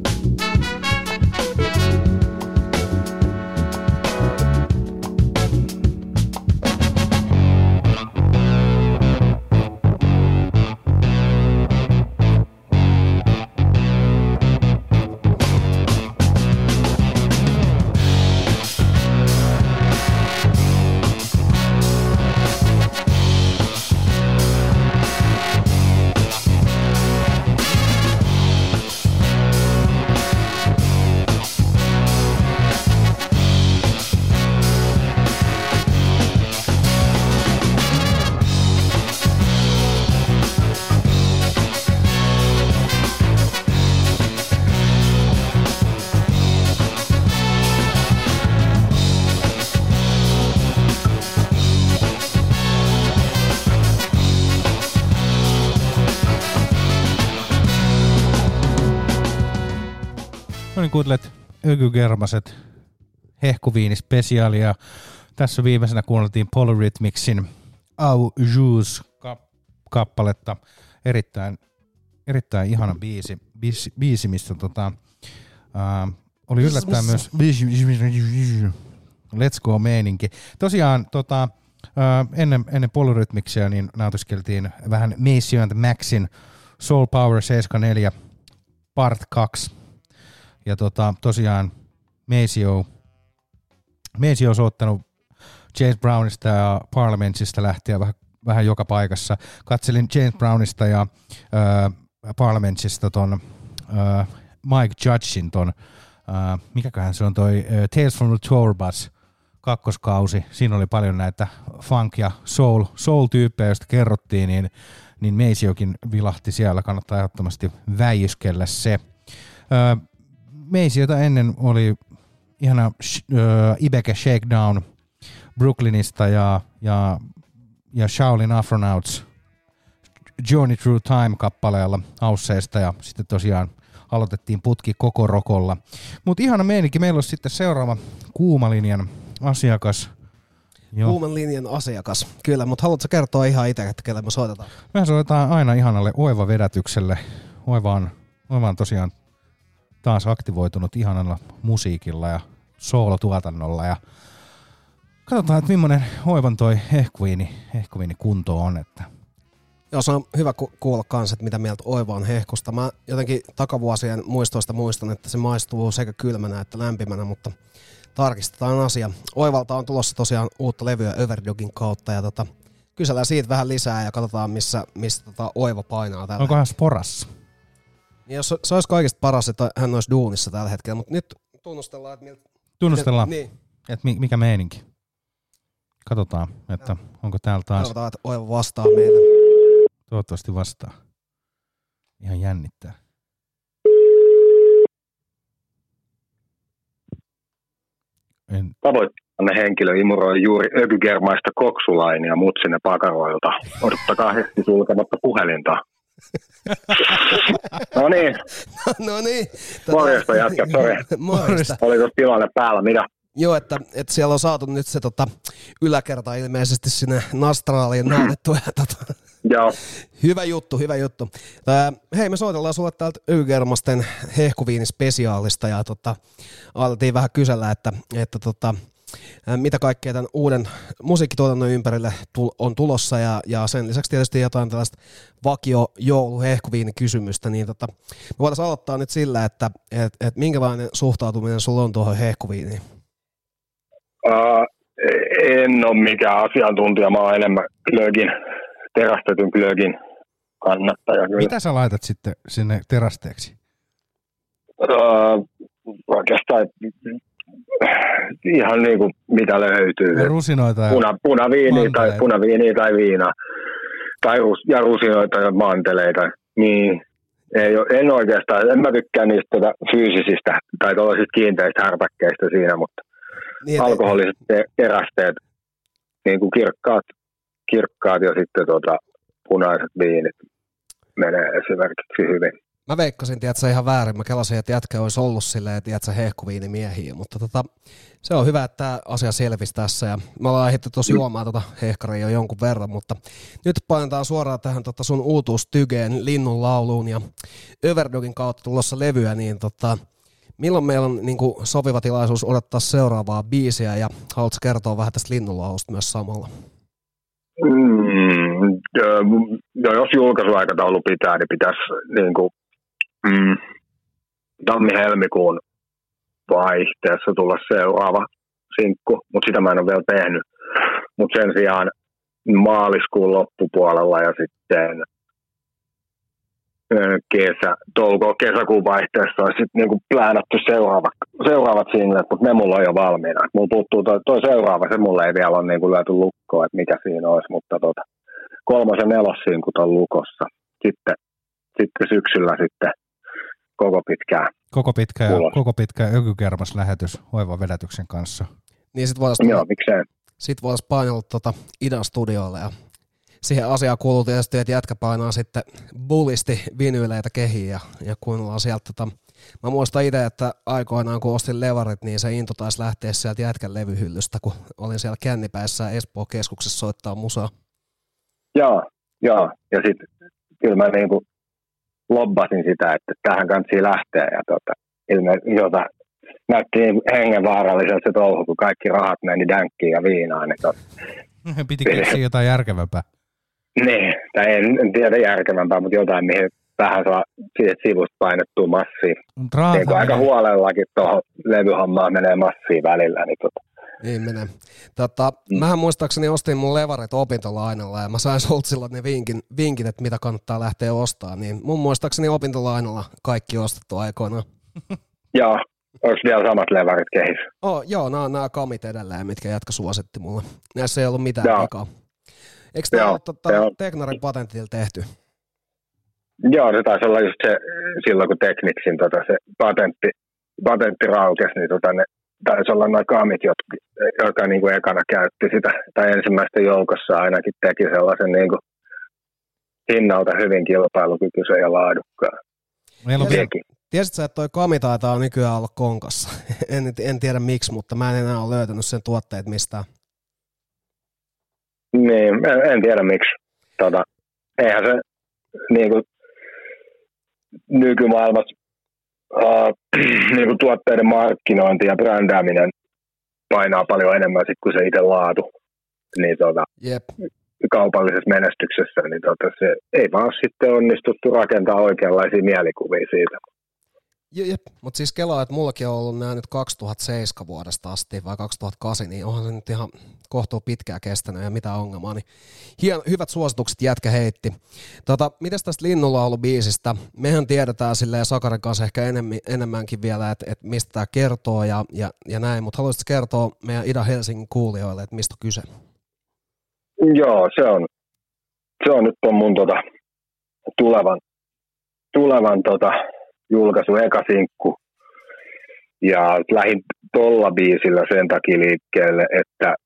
Kuuntelet Ökygermaset hehkuviinispesiaalia. Tässä viimeisenä kuunneltiin Polyrhythmicsin Au Jus kappaletta. Erittäin ihana biisi missä oli yllättäen myös Let's Go -meininki. Tosiaan ennen Polyrhythmicsia niin nautiskeltiin vähän Maceo and Maxin Soul Power 74 Part 2. Ja tosiaan Maceo on soittanut James Brownista ja Parliamentsista lähtien vähän joka paikassa. Katselin James Brownista ja Parliamentsista ton Mike Judgein ton, mikäköhän se on toi Tales from the Tour Bus kakkoskausi. Siinä oli paljon näitä funk- ja soul-tyyppejä, joista kerrottiin, niin Maceokin vilahti siellä. Kannattaa ehdottomasti väijyskellä se. Maceota ennen oli ihana Ibeke Shakedown Brooklynista ja Shaolin Afronauts Journey Through Time-kappaleella Hausseista ja sitten tosiaan aloitettiin putki koko rokolla. Mutta ihana meininki, meillä olisi sitten seuraava Kuumalinjan asiakas. Kuuman linjan asiakas, kyllä, mutta haluatko kertoa ihan itse, että kelle me soitetaan? Me soitetaan aina ihanalle Oiva-vedätykselle. Oiva on tosiaan taas aktivoitunut ihanalla musiikilla ja soolotuotannolla ja katsotaan, että millainen Oivan toi hehkuviini kunto on. Että. Joo, se on hyvä kuulla kanssa, että mitä mieltä Oiva on hehkusta. Mä jotenkin takavuosien muistoista muistan, että se maistuu sekä kylmänä että lämpimänä, mutta tarkistetaan asia. Oivalta on tulossa tosiaan uutta levyä Overdogin kautta ja kysellään siitä vähän lisää ja katsotaan missä Oiva painaa tällä. Onko hän sporassa? Niin jos se olisi kaikista paras, että hän olisi duunissa tällä hetkellä, mutta nyt tunnustellaan, että Tunnustellaan, Niin. että mikä meininki. Katsotaan, että onko täällä taas. Toivotaan, että Oiva vastaa meille. Toivottavasti vastaa. Ihan jännittää. Tavoittanne henkilö imuroi juuri ökygermaista koksulainia mutsinne pakaroilta. Odottakaa hetki sulkematta puhelinta. No niin. No niin. Morjesta jätkät, sori. Morjesta. Oli tuossa tilanne päällä, mitä? Joo, että siellä on saatu nyt se yläkerta ilmeisesti sinne Nastraaliin naadettu. Joo. Hyvä juttu, hyvä juttu. Hei, me soitellaan sulle täältä Ökygermasten hehkuviinispesiaalista ja alettiin vähän kysellä, että mitä kaikkea tämän uuden musiikkituotannon ympärille on tulossa ja sen lisäksi tietysti jotain tällaista vakio jouluhehkuviinikysymystä, niin me voitaisiin aloittaa nyt sillä, että minkälainen suhtautuminen sulla on tuohon hehkuviiniin? En ole mikään asiantuntija, mä oon enemmän terästetyn glögin kannattaja. Kyllä. Mitä sä laitat sitten sinne terästeeksi? Oikeastaan ihan niin kuin mitä löytyy. Rusinoita ja punaviiniä tai viinaa. Ja rusinoita ja manteleita. Niin. En oikeastaan, en mä tykkää niistä fyysisistä tai tuollaisista kiinteistä härpäkkeistä siinä, mutta niin, alkoholiset terästeet, niin kuin kirkkaat ja sitten punaiset viinit menee esimerkiksi hyvin. Mä veikkasin, tiedätkö, ihan väärin. Mä kelasin, että jätkä olisi ollut silleen, tiedätkö, hehkuviinimiehiä, mutta se on hyvä, että tämä asia selvisi tässä. Ja me ollaan ehditty tuossa juomaan hehkaria jo jonkun verran, mutta nyt painetaan suoraan tähän sun uutuustygeen, Linnun lauluun ja Overdogin kautta tulossa levyä, niin milloin meillä on niin kuin sopiva tilaisuus odottaa seuraavaa biisiä ja haluatko kertoa vähän tästä Linnun laulusta myös samalla? Jos julkaisuaikataulu pitää, niin pitäisi niin kuin, tammi-helmikuun vaihteessa tulla seuraava sinkku, mutta sitä mä en ole vielä tehnyt. Mutta sen sijaan maaliskuun loppupuolella ja sitten kesäkuun vaihteessa on sitten niinku pläänattu seuraavat singlet, mutta ne mulla on jo valmiina. Mulla puuttuu toi seuraava, se mulla ei vielä ole niinku lyöty lukkoon, että mikä siinä olisi, mutta 3. ja 4. sinkut on lukossa. Sitten syksyllä sitten koko pitkä Ökygermas-lähetys Oivan vedätyksen kanssa. Niin sit voitaisiin painella Idan studiolle ja siihen asiaan kuuluu tietysti, että jätkä painaa sitten bullisti vinyyleitä kehiin ja kuunnellaan sieltä. Mä muistan itse, että aikoinaan kun ostin levarit, niin se into taisi lähteä sieltä jätkän levyhyllystä, kun olin siellä kännipäissä Espoon keskuksessa soittaa musaa. Joo. Ja sitten kyllä mä niinku lobbasin sitä, että tähän kannattaa lähteä ja näytti hengenvaaralliselta se touhu, kun kaikki rahat meni dänkkiin ja viinaan. Niin piti keksiä jotain järkevämpää. Niin, tai en tiedä järkevämpää, mutta jotain, mihin vähän saa siitä sivusta painettua massia. Niin aika huolellakin tuohon levyhommaan menee massia välillä. Niin menee. Mähän muistaakseni ostin mun levarit opintolainalla ja mä sain sulta silloin ne vinkit, että mitä kannattaa lähteä ostamaan. Niin mun muistaakseni opintolainalla kaikki ostettu aikoinaan. Joo. Onko vielä samat levarit kehissä? Joo, nämä kamit edelleen, mitkä jätkä suositti mulle. Näissä ei ollut mitään vikaa. Eikö tämä ole Teknarin patentilla tehty? Joo, se taisi olla just se, silloin kun Technicsin se patentti raukesi, niin ne taisi olla nuo kamit, jotka niin kuin ekana käytti sitä, tai ensimmäisten joukossa ainakin teki sellaisen niin kuin hinnalta hyvin kilpailukykyisen ja laadukkaan. Tiesitkö sä, että toi kami taitaa nykyään olla konkassa? En tiedä miksi, mutta mä en enää ole löytänyt sen tuotteet mistään. Niin, en tiedä miksi. Eihän se niinku nykymaailmassa niinku tuotteiden markkinointi ja brändääminen painaa paljon enemmän sit kuin se itse laatu. Niin kaupallisessa menestyksessä, niin se ei vaan sitten onnistuttu rakentaa oikeanlaisia mielikuvia siitä. Jep, mutta siis kelaa, että mullakin on ollut nämä nyt 2007 vuodesta asti vai 2008, niin onhan se nyt ihan kohtuu pitkään kestänyt ja mitä ongelmaa. Niin hyvät suositukset jätkä heitti. Mites tästä Linnunlaulu-biisistä? Mehän tiedetään silleen Sakarin kanssa ehkä enemmänkin vielä, että mistä tämä kertoo ja näin, mutta haluaisitko kertoa meidän Ida-Helsingin kuulijoille, että mistä on kyse? Joo, se on nyt on mun tulevan julkaisu eka sinkku. Ja lähdin tolla biisillä sen takia liikkeelle, että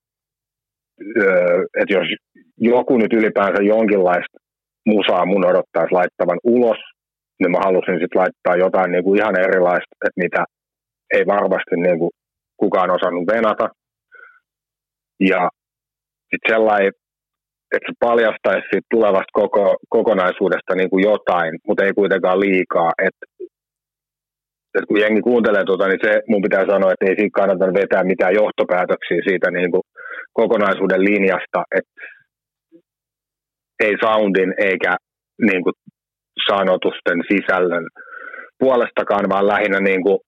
jos joku nyt ylipäänsä jonkinlaista musaa mun odottaisi laittavan ulos, niin mä halusin sitten laittaa jotain niinku ihan erilaista, että mitä ei varmasti niinku kukaan osannut venata. Ja sitten sellainen, että se paljastaisi siitä tulevasta kokonaisuudesta niin kuin jotain, mutta ei kuitenkaan liikaa. Että kun jengi kuuntelee niin se mun pitää sanoa, että ei siitä kannata vetää mitään johtopäätöksiä siitä niin kuin kokonaisuuden linjasta, että ei soundin eikä niin kuin sanotusten sisällön puolestakaan, vaan lähinnä niin kuin,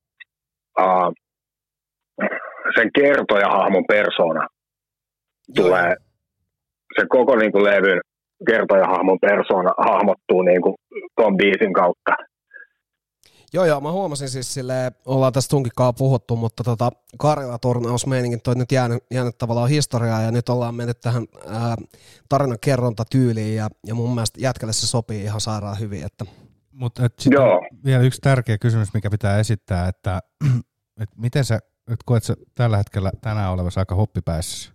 sen kertojahahmon persona tulee. Se koko niin kuin levyn kertojahahmon persona hahmottuu niin kuin ton biisin kautta. Joo, mä huomasin siis silleen, ollaan tästä tunkikaan puhuttu, mutta Karjala-turnausmeiningin toi nyt jäänyt tavallaan historiaa ja nyt ollaan mennyt tähän tarinan kerrontatyyliin ja mun mielestä jätkälle se sopii ihan sairaan hyvin. Mutta vielä yksi tärkeä kysymys, mikä pitää esittää, että miten sä koet sä tällä hetkellä tänään olevassa aika hoppipäissä?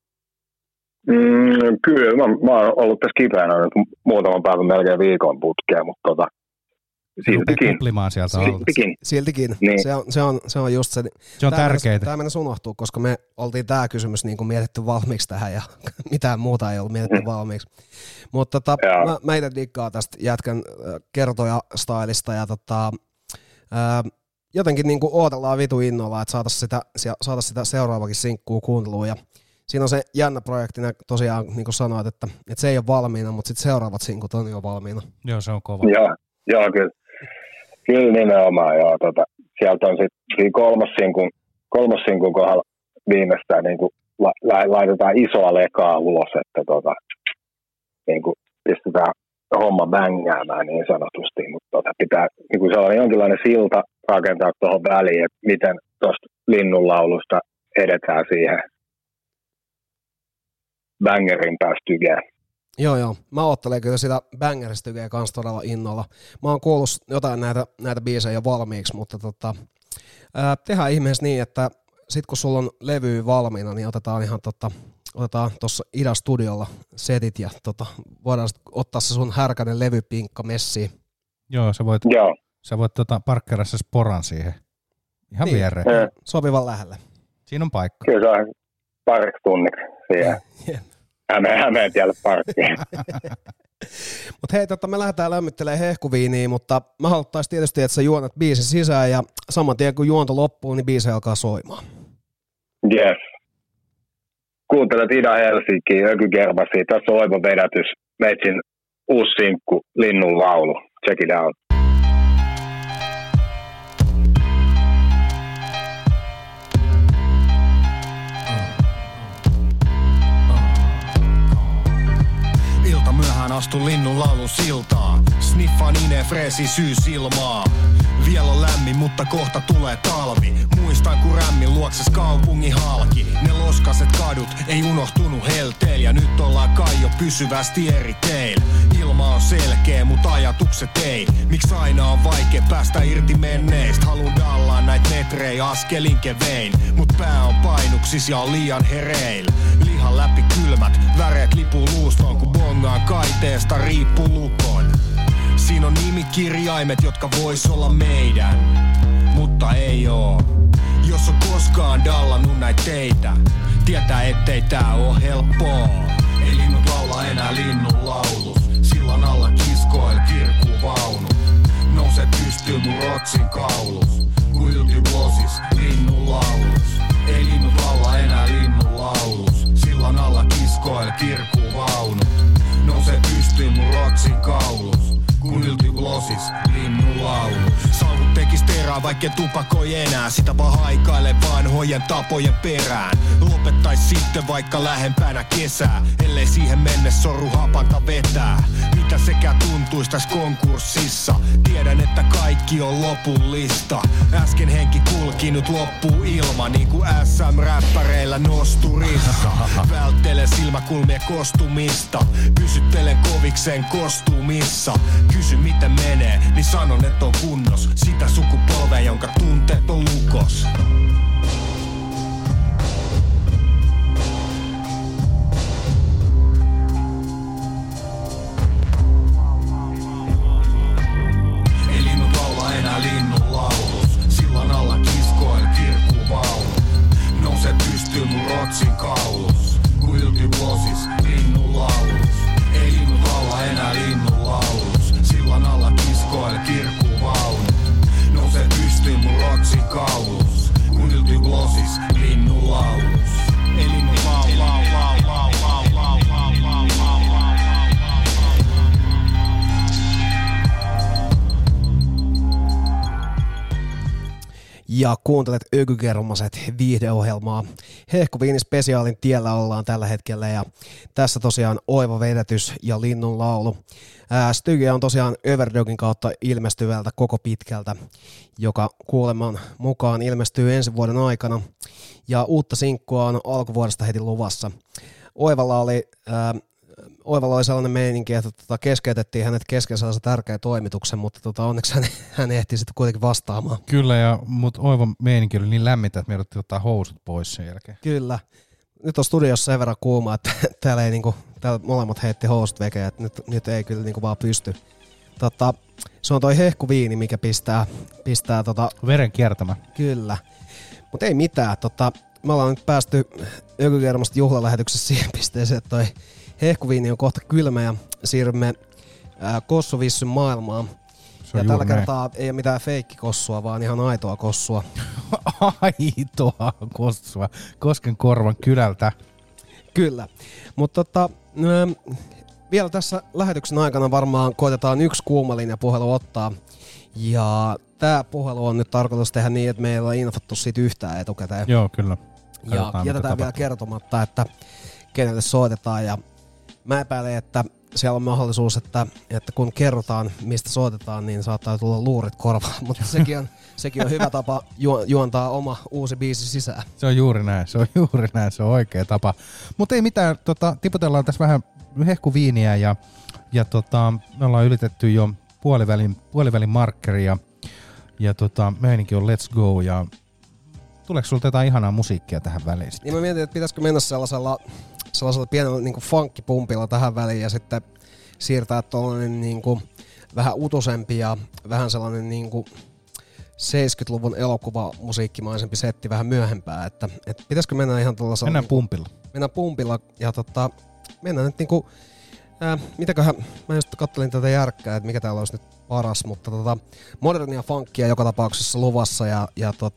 Kyllä, mä oon ollut tässä kipeänä nyt muutaman päivän melkein viikon putkeen, mutta siltikin. Siltikin. Niin. Se on just se. Se on tärkeää. Tämä mennä unohtuu, koska me oltiin tämä kysymys niin kuin mietitty valmiiksi tähän ja mitään muuta ei ollut mietitty valmiiksi. Mutta mä itse diggaan tästä jätkän kertoja-stylista ja jotenkin niin kuin odotellaan vitu innolla, että saataisiin sitä seuraavakin sinkkuu kuunteluun ja siinä on se jännä projekti, tosiaan niin kuin sanoit, että se ei ole valmiina, mutta sitten seuraavat sinkut on jo valmiina. Joo, se on kova. Joo, kyllä. Kyllä nimenomaan, joo. Sieltä on sitten kolmas sinkun kohdalla viimeistään niin kuin laitetaan isoa lekaa ulos, että niin kuin pistetään homma bängäämään niin sanotusti, mutta pitää niin kuin sellainen jonkinlainen silta rakentaa tuohon väliin, että miten tuosta Linnunlaulusta edetään siihen bangerin päästygeen. Joo. Mä oottelen kyllä sitä bangeristygeen kanssa todella innolla. Mä oon kuullut jotain näitä biisejä jo valmiiksi, mutta tehdään ihmeessä niin, että sit kun sulla on levy valmiina, niin otetaan ihan otetaan tuossa Ida-studiolla setit ja voidaan ottaa se sun härkänen levypinkka messiin. Joo, sä voit parkkeerata se sporan siihen. Ihan viereen. Sopivan lähelle. Siinä on paikka. Kyllä se on pariksi tunniksi siihen. Hämeen tielle parkkiin. Mutta hei, me lähdetään lämmittelemään hehkuviiniä, mutta mä haluttaisiin tietysti, että sä juonat biisin sisään ja saman tien kun juonto loppuu, niin biisi alkaa soimaan. Yes. Kuuntelet Ida-Helsinkiä, Ökygerbasia. Tässä on oiva vedätys. Meitsin uusi sinkku, Linnunlaulu. Check it out. Myöhään astun Linnunlaulun siltaan. Sniffaan Ine Freesi syysilmaa. Vielä on lämmin, mutta kohta tulee talvi. Muistan kun rämmin luokses kaupungin halki. Ne loskaset kadut ei unohtunut helteil. Ja nyt ollaan kai jo pysyvästi eri teil. Ilma on selkeä, mut ajatukset ei. Miksi aina on vaikea päästä irti menneistä? Haluun dallaan näit metrei askelin kevein. Mut pää on painuksis ja on liian hereil. Lihan läpi kylmät, väreet lipuu luustoon, kun bongaan kaiteesta riippuu lukon. Siinä on nimikirjaimet, jotka vois olla meidän, mutta ei oo. Jos on koskaan dallannut näitä teitä, tietää ettei tää oo helppoa. Ei linnut laula enää linnunlaulus, sillan alla kiskoil kirkuu vaunu. Nouse pystyy mun rotsin kaulus, kun ylty vuosis linnunlaulus. Ei linnut laula enää linnunlaulus, sillan alla kiskoil kirkuu vaunu. Nouse pystyy mun rotsin kaulus, kun ylty glosis linnunlaulu. Sauvut tekis kerran, vaikka tupakoi enää. Sitä vaan haikaile vanhojen tapojen perään. Lopettais sitten vaikka lähempänä kesää, ellei siihen mennessä sorru hapanta vetää. Mitä sekä tuntuis täs konkurssissa? Tiedän, että kaikki on lopullista. Äsken henki kulki, nyt loppuu ilma, niinku SM-räppäreillä nosturissa. Välttelen silmäkulmien kostumista, pysyttelen kovikseen kostumissa. Kysy miten menee, niin sanon, että on kunnos. Sitä sukupolvea, jonka tunteet on lukos. Ei linnut laula enää linnun laulus. Sillan alla kiskoen kirkkuu vaunu. Nouse pystyyn mun rotsin kaulus. Kun ylty vuosis linnun laulus. Ei linnut laula enää linnun laulus. Sillan alla kiskoen kirkkuu vaunu. Nouse pystyyn mun rotsin kaulus. Kun ylty vuosis linnun laulus. Ei linnut laula. Ja kuuntelet Ökykermaset viihdeohjelmaa. Hehkuviini spesiaalin tiellä ollaan tällä hetkellä ja tässä tosiaan oiva vedetys ja linnun laulu. Stygia on tosiaan Overdogin kautta ilmestyvältä koko pitkältä, joka kuuleman mukaan ilmestyy ensi vuoden aikana. Ja uutta sinkkua on alkuvuodesta heti luvassa. Oivalla oli sellainen meininki, että keskeytettiin hänet kesken sellaisen tärkeän toimituksen, mutta onneksi hän ehti sitten kuitenkin vastaamaan. Kyllä, mutta Oivan meininki oli niin lämmintä, että me jouduttiin ottaa housut pois sen jälkeen. Kyllä. Nyt on studiossa sen verran kuuma, että täällä molemmat heitti housut vekeen, että nyt ei kyllä vaan pysty. Se on toi hehkuviini, mikä pistää veren kiertämään. Kyllä. Mutta ei mitään. Me ollaan nyt päästy Ökykermasta juhlalähetyksessä siihen pisteeseen, että toi hehkuviini on kohta kylmä ja siirrymme kossuvissyn maailmaan. Ja tällä kertaa ei ole mitään feikkikossua, vaan ihan aitoa kossua. Aitoa kossua Koskenkorvan kylältä. Kyllä, mutta vielä tässä lähetyksen aikana varmaan koitetaan yksi kuumalinjapuhelu ottaa. Ja tää puhelu on nyt tarkoitus tehdä niin, että me ei ole infottu siitä yhtään etukäteen. Joo, kyllä. Ja jätetään vielä kertomatta, että kenelle soitetaan. Ja mä epäilen, että siellä on mahdollisuus, että kun kerrotaan, mistä soitetaan, niin saattaa tulla luurit korvaan, mutta sekin on hyvä tapa juontaa oma uusi biisi sisään. Se on juuri näin, se on oikea tapa. Mutta ei mitään, tiputellaan tässä vähän hehkuviiniä ja me ollaan ylitetty jo puolivälin markkeri ja meininki on let's go ja tuleeko sulta jotain ihanaa musiikkia tähän väliin? Niin mä mietin, että pitäisikö mennä sellaisella pienellä niin kuin funkkipumpilla tähän väliin ja sitten siirtää tuollainen niin kuin vähän utusempi ja vähän sellainen niin kuin 70-luvun elokuvamusiikkimaisempi setti vähän myöhempään, että pitäisikö mennä ihan tuollaisella... Mennään pumpilla. Mennään pumpilla ja mennään nyt niinku... mitäköhän... Mä just kattelin tätä järkkää, että mikä täällä olisi nyt paras, mutta modernia funkia joka tapauksessa luvassa ja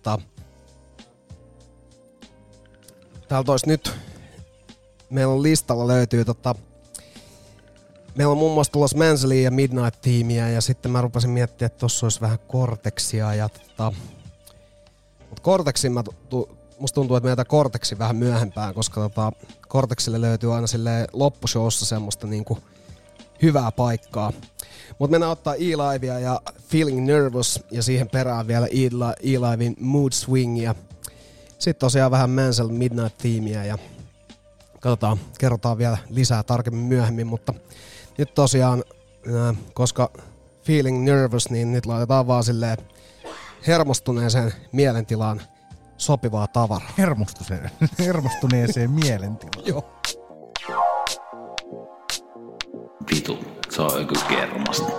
täältä olisi nyt... Meillä on listalla löytyy meillä on muun muassa tulossa Mansley ja Midnight-tiimiä ja sitten mä rupesin miettimään, että tossa olisi vähän Cortexia ja mutta Cortexin musta tuntuu, että me jätän Cortexin vähän myöhempään, koska Cortexille löytyy aina silleen loppushowssa semmoista niinku hyvää paikkaa. Mutta mennään ottaa E-Livea ja Feeling Nervous ja siihen perään vielä E-Livein Mood Swingia. Sitten tosiaan vähän Mansell Midnight-tiimiä ja kerrotaan vielä lisää tarkemmin myöhemmin, mutta nyt tosiaan, koska Feeling Nervous, niin nyt laitetaan vaan silleen hermostuneeseen mielentilaan sopivaa tavaraa. Hermostuneeseen mielentilaan. Joo. Vitu, se on Ökykermasta.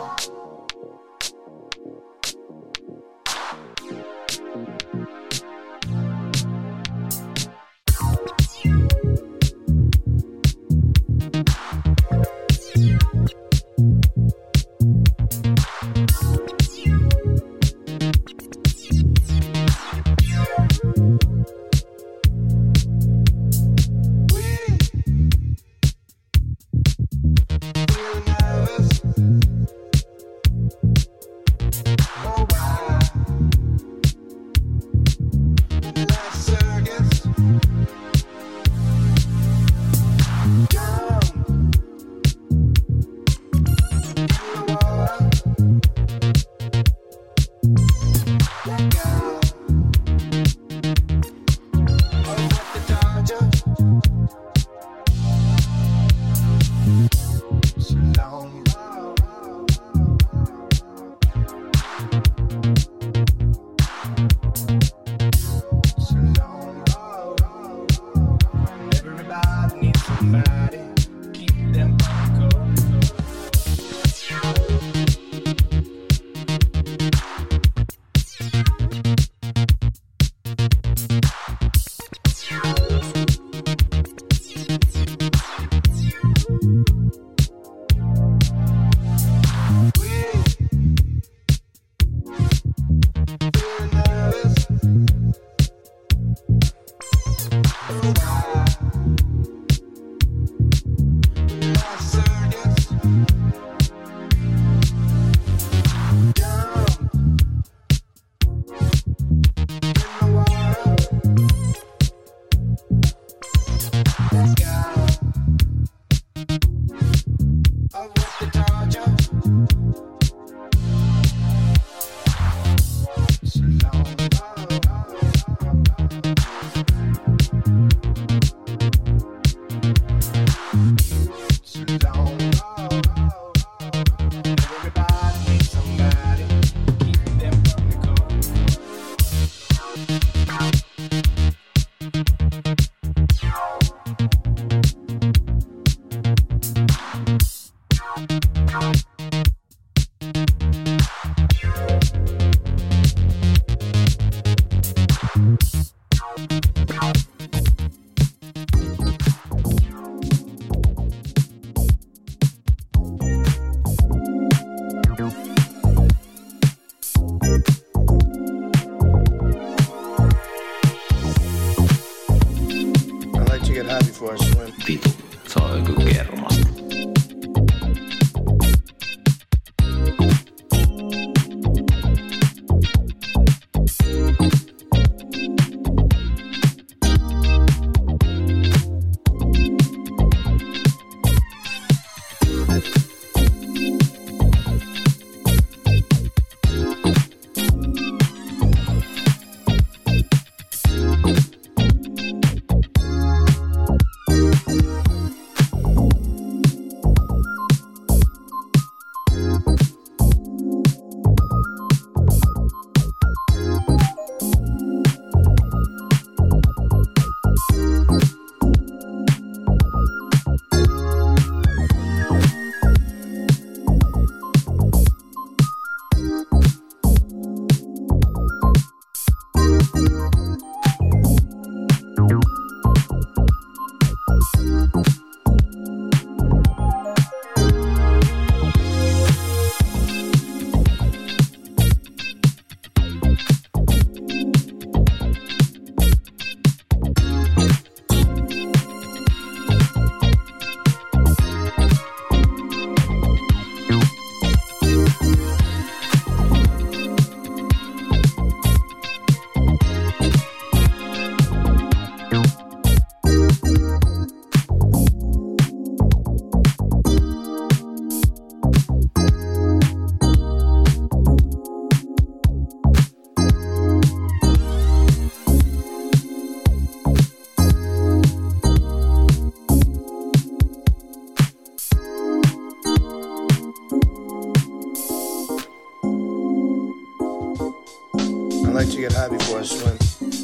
like to get high before I swim.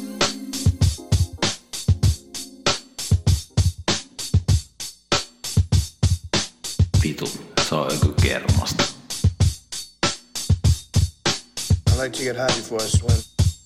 Vitu, se on joku kermasta. I like to get high before I swim.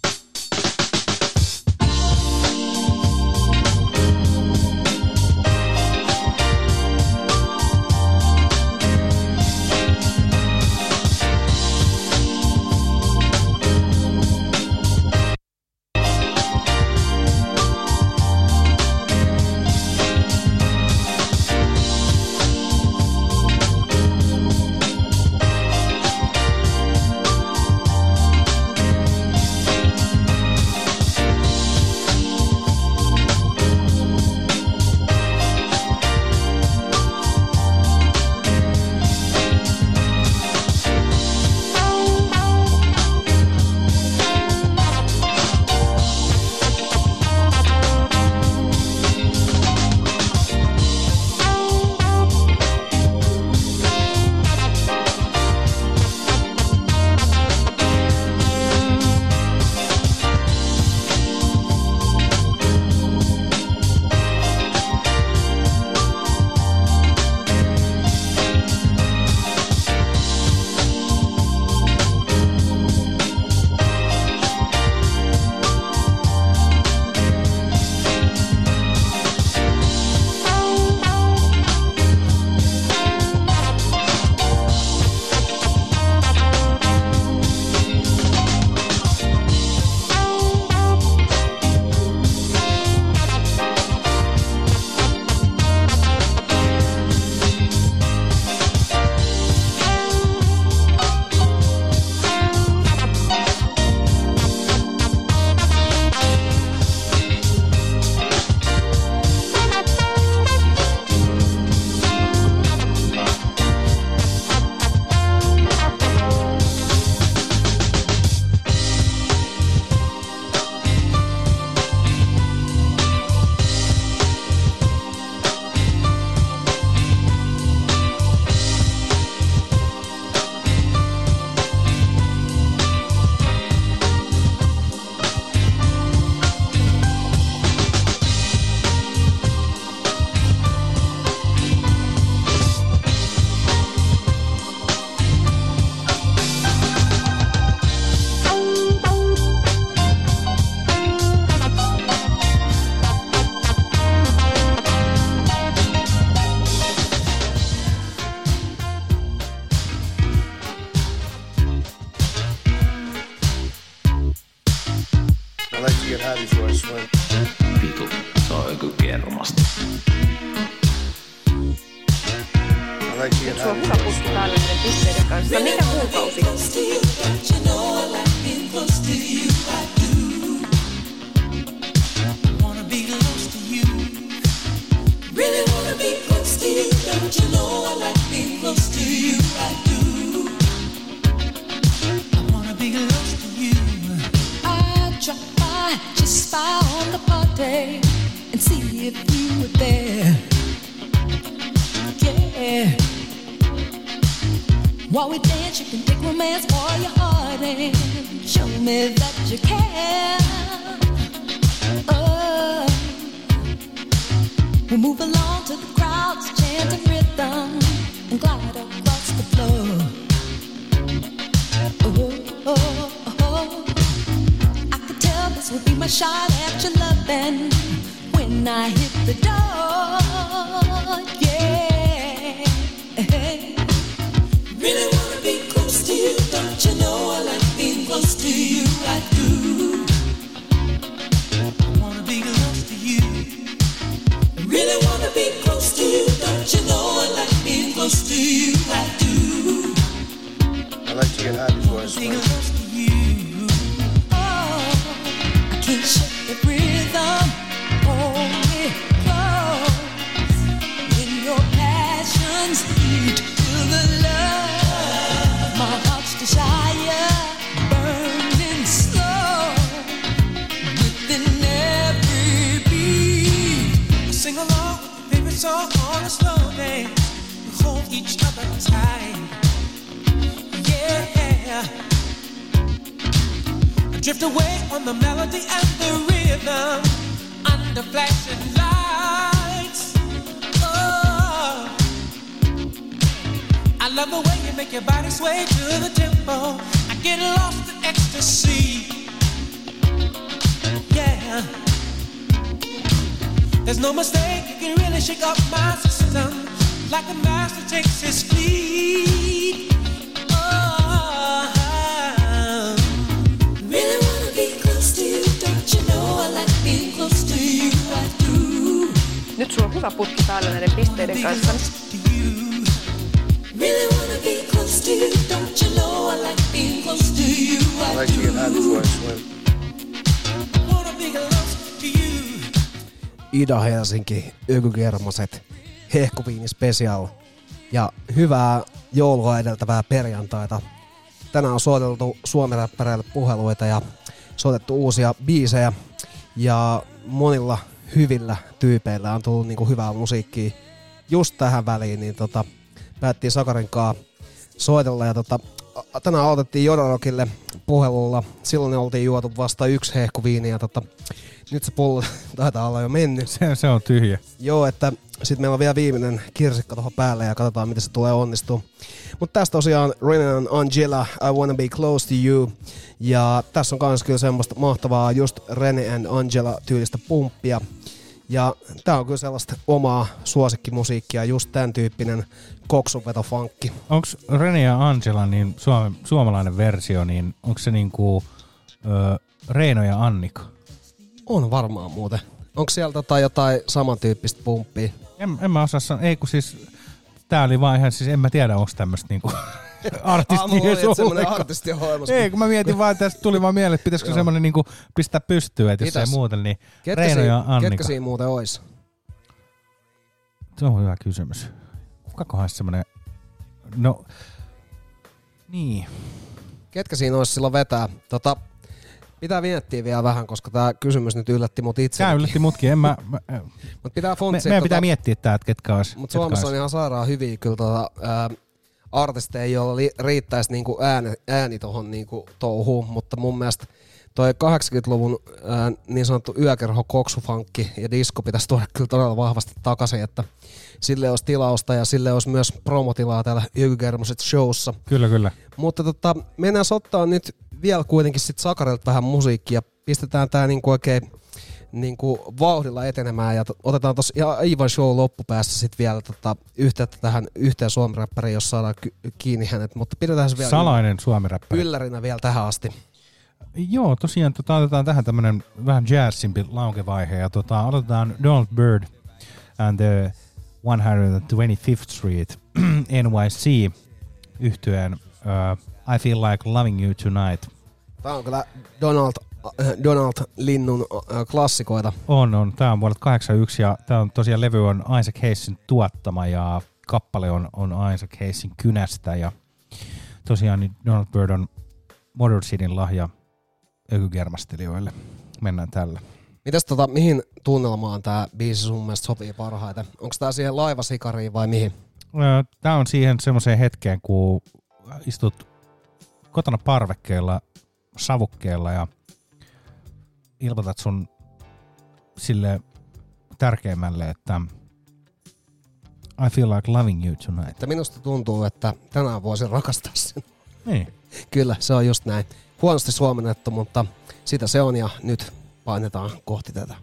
Vitu, se on joku kermasta. Sua kuvapuski päälle niiden pisteiden kanssa. Mikä kuukausi? Just spy on the party and see if you were there. Yeah. While we dance, you can take romance for your heart and show me that you care. Oh. We'll move along to the crowd's chanting rhythm and glide across the floor. Oh, oh, oh. This would be my shot at your loving when I hit the door, yeah. Really wanna be close to you, don't you know I like being close to you, I do. I wanna be close to you. Really wanna be close to you, don't you know I like being close to you, I do. I like to get high before I swim. Can't shake the rhythm, hold me close. When your passions lead to the love, my heart's desire burning slow within every beat. We sing along with the favorite song on a slow day. We hold each other tight, yeah. drift away on the melody and the rhythm under flashing lights. Oh, I love the way you make your body sway to the tempo. I get lost in ecstasy. Yeah, there's no mistake, you can really shake up my system like a master takes his lead. Oh, really wanna be close to you, don't you know I like being close to you, I do. Nyt sulla on hyvä putki päällä näiden pisteiden kanssa. Really wanna be close to you, don't you know I like being close to you, I like to get high before I swim. wanna be close to you. Ida Helsinki, Ykygermaset, Hehkuviini Special ja hyvää joulua edeltävää perjantaita. Tänään on soiteltu suomiräppäreille puheluita ja soitettu uusia biisejä ja monilla hyvillä tyypeillä on tullut niinku hyvää musiikkia just tähän väliin, niin päättiin Sakarin kanssa soitella ja tänään aloitettiin Jodarokille puhelulla. Silloin oltiin juotu vasta 1 hehkuviini ja nyt se pullo taitaa olla jo mennyt. Se on tyhjä. Joo, että sit meillä on vielä viimeinen kirsikka tuohon päälle ja katsotaan miten se tulee onnistua. Mutta tässä tosiaan Rene and Angela, I Wanna Be Close to You. Ja tässä on kans kyllä semmoista mahtavaa just Rene and Angela tyylistä pumppia. Ja tää on kyllä sellaista omaa suosikkimusiikkia, just tän tyyppinen koksunvetofunkki. Onks Rene ja Angela niin suomalainen versio, niin onko se niinku Reino ja Annika? On varmaan muuten. Onko siellä jotain samantyyppistä pumppia? En mä osaa sanoa, ei kun siis tää oli vaan ihan, siis en mä tiedä onko tämmöstä niinku artistia semmonen artisti on olemassa. Ei kun mä mietin vaan, tästä tuli vaan mieleen, että pitäisikö semmonen niinku pistää pystyyn, että jos ei muuten, niin Reino ja Annika. Ketkä siinä muuten ois? Se on hyvä kysymys. Kukakohan semmonen, no, niin. Ketkä siinä ois silloin vetää? Pitää miettiä vielä vähän, koska tää kysymys nyt yllätti mut itse. Tää yllätti mutkin, Mut pitää funtsia. Meidän pitää miettiä tää, että ketkä ois. Mut Suomessa on ihan sairaan hyviä kyllä artisteja, joilla riittäisi niinku ääni tohon niinku touhuun, mutta mun mielestä toi 80-luvun niin sanottu yökerho koksufankki ja disco pitäisi tuoda kyllä todella vahvasti takaisin, että sille olisi tilausta ja sille olisi myös promotilaa täällä Ykygermaset showssa. Kyllä. Mutta mennään ottaa nyt vielä kuitenkin sit Sakarilta vähän musiikkia. Pistetään tää niinku oikein niinku vauhdilla etenemään ja otetaan tossa aivan show loppupäässä sit vielä yhteyttä tähän yhteen suomiräppäriin, jos saadaan kiinni hänet, mutta pidetään se vielä salainen suomiräppäri yllärinä vielä tähän asti. Joo, tosiaan otetaan tähän tämmönen vähän jazzimpi laukevaihe ja otetaan Donald Byrd and the 125th Street NYC yhtyeen I Feel Like Loving You Tonight. Tää on kyllä Donald Linnun klassikoita. On. Tää on vuodelta 81 ja tää on tosiaan levy on Isaac Hayesin tuottama ja kappale on Isaac Hayesin kynästä ja tosiaan niin Donald Byrd on Motor Cityn lahja ökygermastelijoille. Mennään tällä. Mitäs mihin tunnelmaan tää biisi sun mielestä sopii parhaiten? Onko tää siihen laivasikariin vai mihin? Tää on siihen semmoiseen hetkeen, kun istut kotona parvekkeella, savukkeella ja ilmoitat sun sille tärkeimmälle, että I feel like loving you tonight. Että minusta tuntuu, että tänään voisin rakastaa sen. Niin. Kyllä, se on just näin. Huonosti suomennettu, mutta sitä se on ja nyt painetaan kohti tätä.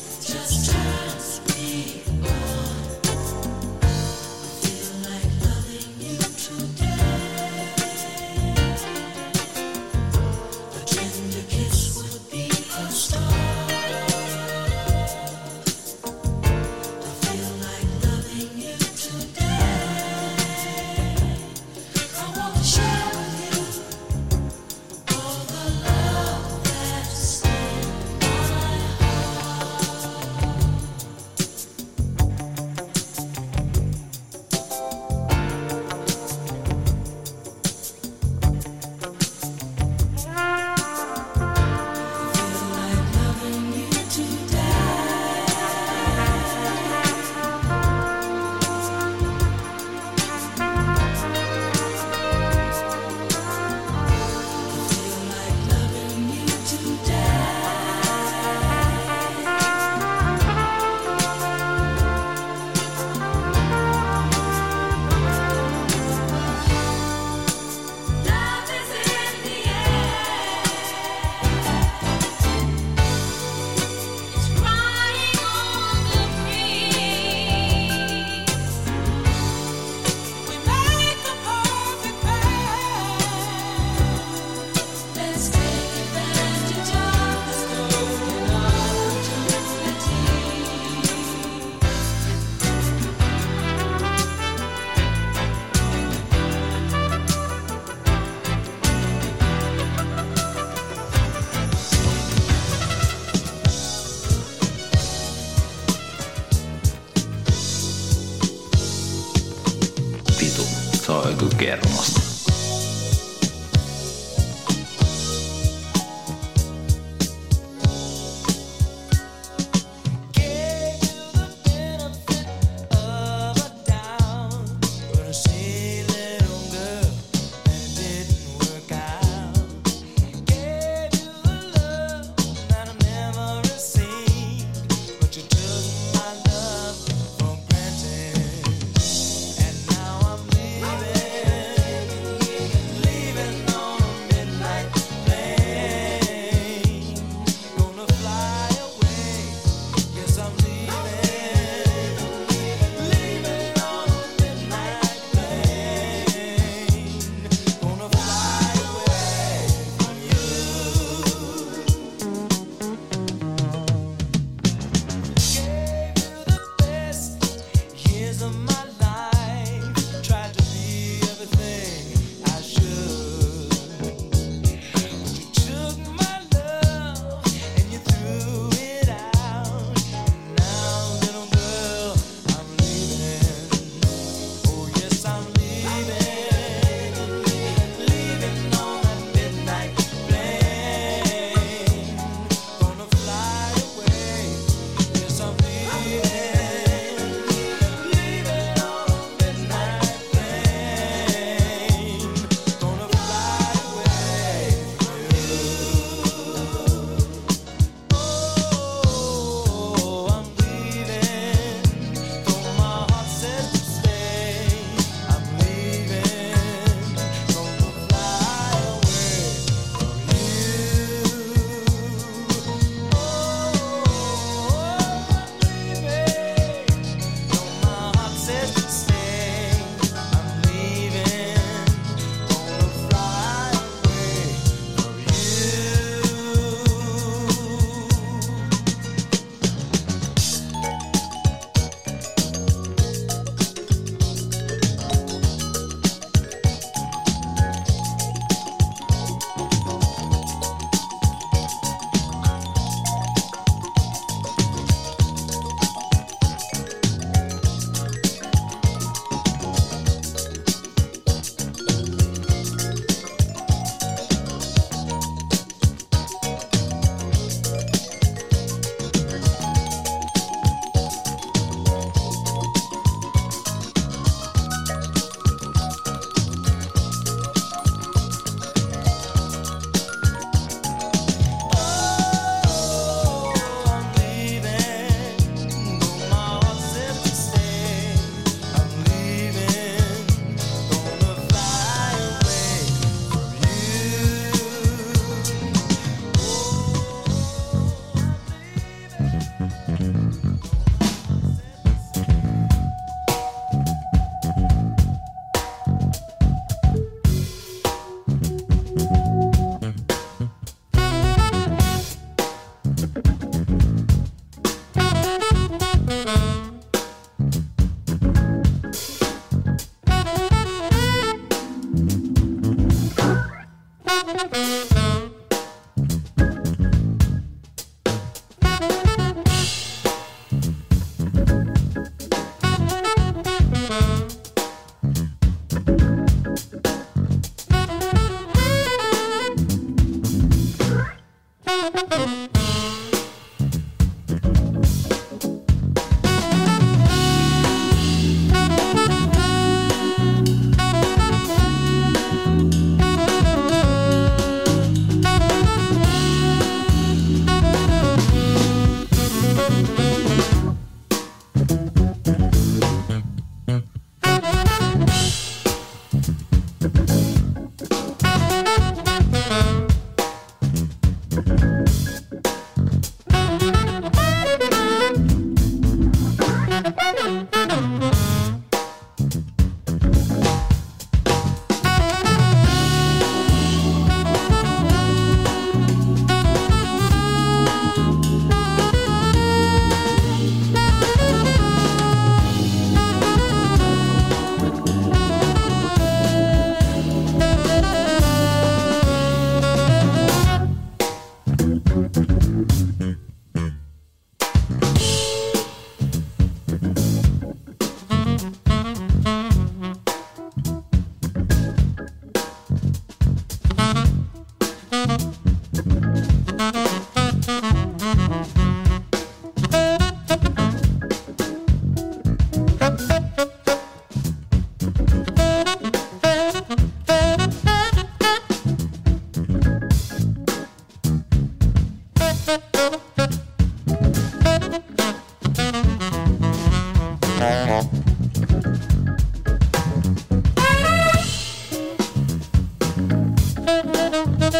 Loving se on joku kermasta. And now I'm leaving.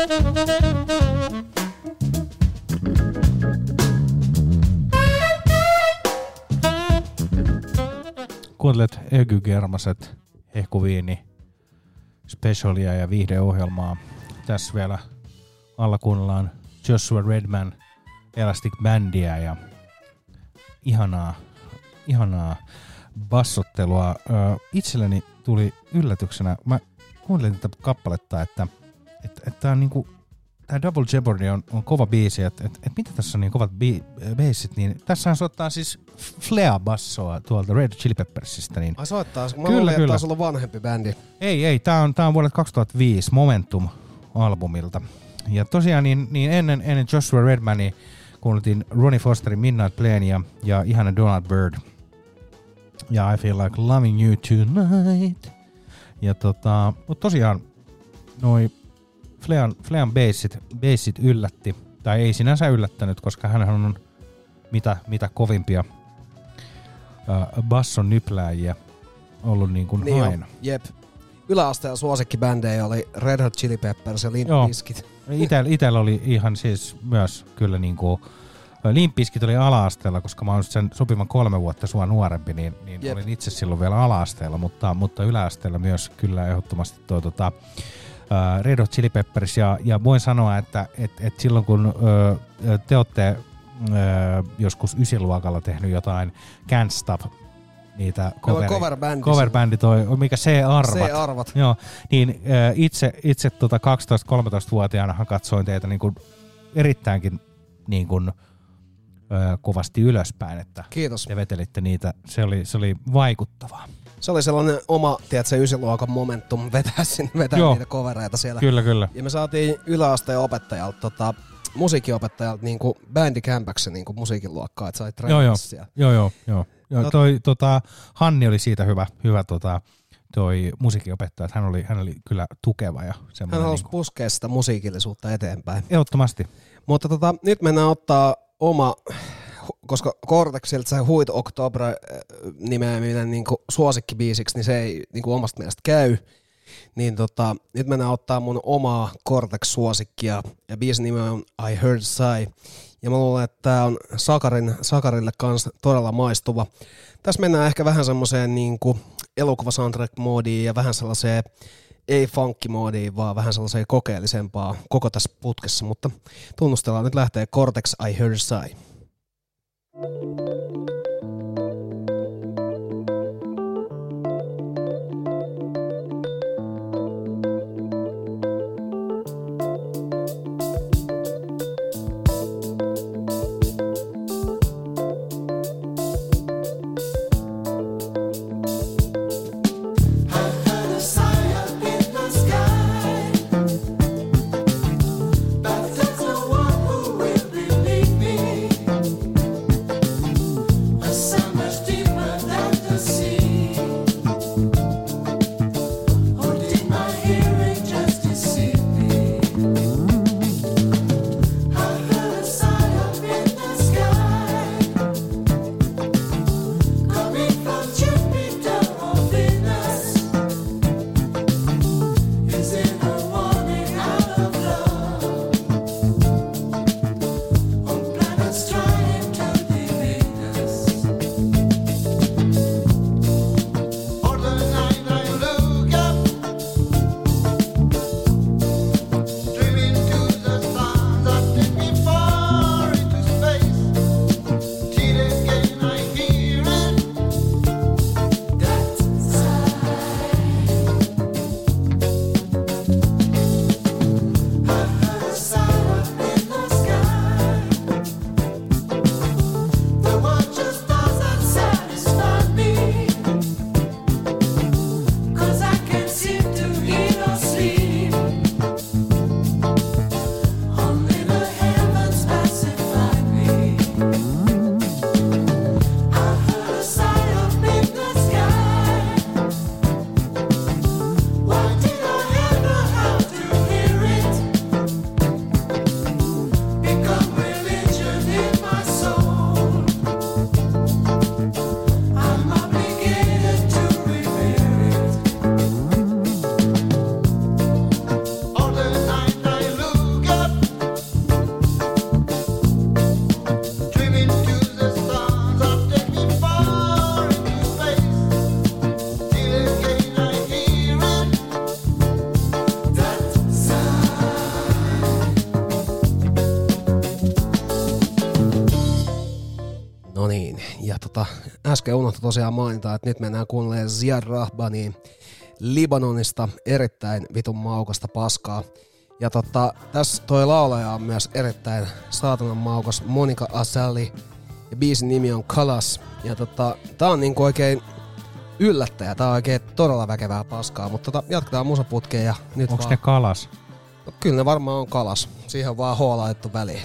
Kuuntelet Ökygermaset, Hehkuviini, specialia ja viihdeohjelmaa. Tässä vielä alla kuunnellaan Joshua Redman, Elastic Bandia ja ihanaa bassottelua. Itselleni tuli yllätyksenä, mä kuuntelin tätä kappaletta, että tää on niinku, tää Double Jeopardy on kova biisi, että mitä tässä on niin kovat biisit, niin tässä soittaa siis flea-bassoa tuolta Red Chili Peppersistä. Niin soittaa, mä luulin, että taas olla vanhempi bändi. Ei, tää on vuodelta 2005 Momentum-albumilta. Ja tosiaan niin ennen Joshua Redmania kuunneltiin Ronnie Fosterin Midnight Plane ja ihana Donald Byrd. Ja I Feel Like Loving You Tonight. Ja mutta tosiaan noi Flean bassit yllätti, tai ei sinänsä yllättänyt, koska hänhän on mitä kovimpia basson nyplääjiä ollut niin kuin niin aina. Jep. Yläasteella suosikkibändejä oli Red Hot Chili Peppers ja Limp Bizkit. Itellä oli ihan siis myös kyllä niinku Limp Bizkit oli ala-asteella, koska mä oon sen sopivan 3 vuotta sua nuorempi, niin olin itse silloin vielä ala-asteella, mutta yläasteella myös kyllä ehdottomasti Red Hot Chili Peppers ja voin sanoa, että silloin kun te olette joskus 9-luokalla tehnyt jotain Can't Stop niitä cover-bändi toi, mikä C-arvat. Joo, niin itse 12-13-vuotiaanahan katsoin teitä niinku erittäinkin niinku kovasti ylöspäin, että kiitos. Te vetelitte niitä. Se oli vaikuttavaa. Se oli sellainen oma, tiedätkö, 9-luokan momentum vetää niitä covereita siellä. Kyllä. Ja me saatiin yläasteen opettajalta, musiikinopettajalta niinku bändikämpäksi niinku musiikin luokkaa, että sai treenata siellä. Joo. Toi Hanni oli siitä hyvä toi musiikinopettaja, että hän oli kyllä tukeva ja semmoinen. Hän halusi puskea sitä musiikillisuutta eteenpäin. Ehdottomasti. Mutta nyt mennään ottaa oma, koska Cortexilta se Huit October nimeäminen niin suosikkibiisiksi, niin se ei niin omasta mielestä käy. Niin nyt mennään ottaa mun omaa Cortex-suosikkia, ja biisin nimi on I Heard Sigh. Ja mä luulen, että tää on Sakarille kanssa todella maistuva. Tässä mennään ehkä vähän semmoiseen niin elokuva soundtrack-moodiin ja vähän sellaiseen ei funkki-moodiin, vaan vähän sellaiseen kokeellisempaa koko tässä putkessa. Mutta tunnustellaan, nyt lähtee Cortex I Heard Sigh. Sigh äsken unohtui tosiaan mainita, että nyt mennään kuunnelemaan Ziad Rahbaniin Libanonista erittäin vitun maukasta paskaa. Ja tässä toi laulaja on myös erittäin saatanan maukas, Monica Azali, ja biisin nimi on Kalas. Ja tää on niinku oikein yllättäjä, tää on oikein todella väkevää paskaa, mutta jatketaan musaputkeen ja nyt onks ne kalas? No, kyllä ne varmaan on kalas, siihen on vaan H laitettu väliin.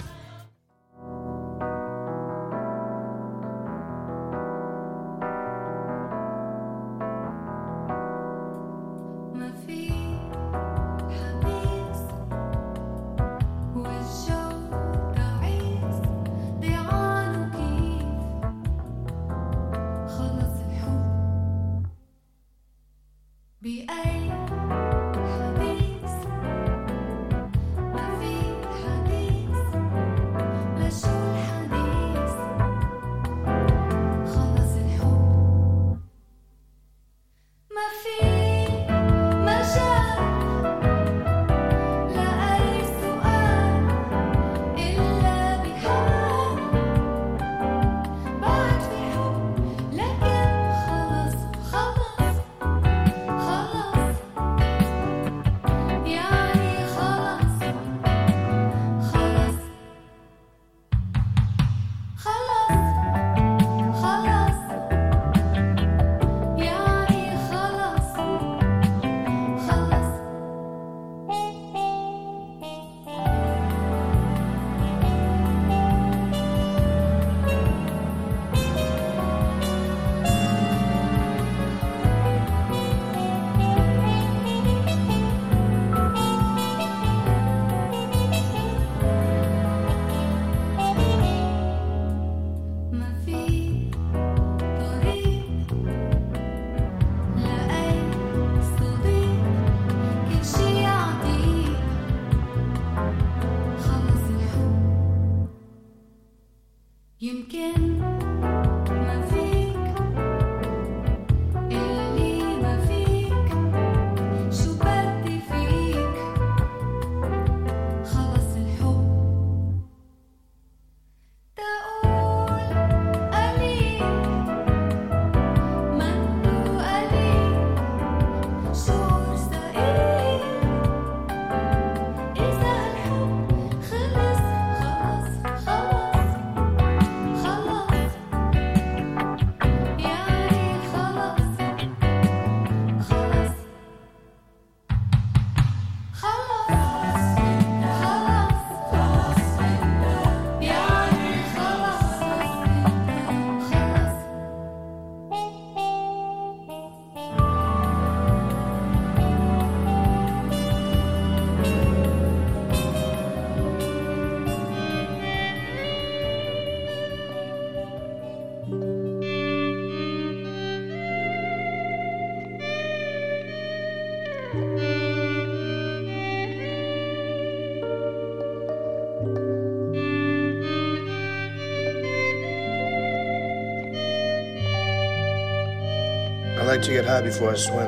I like to get high before I swim.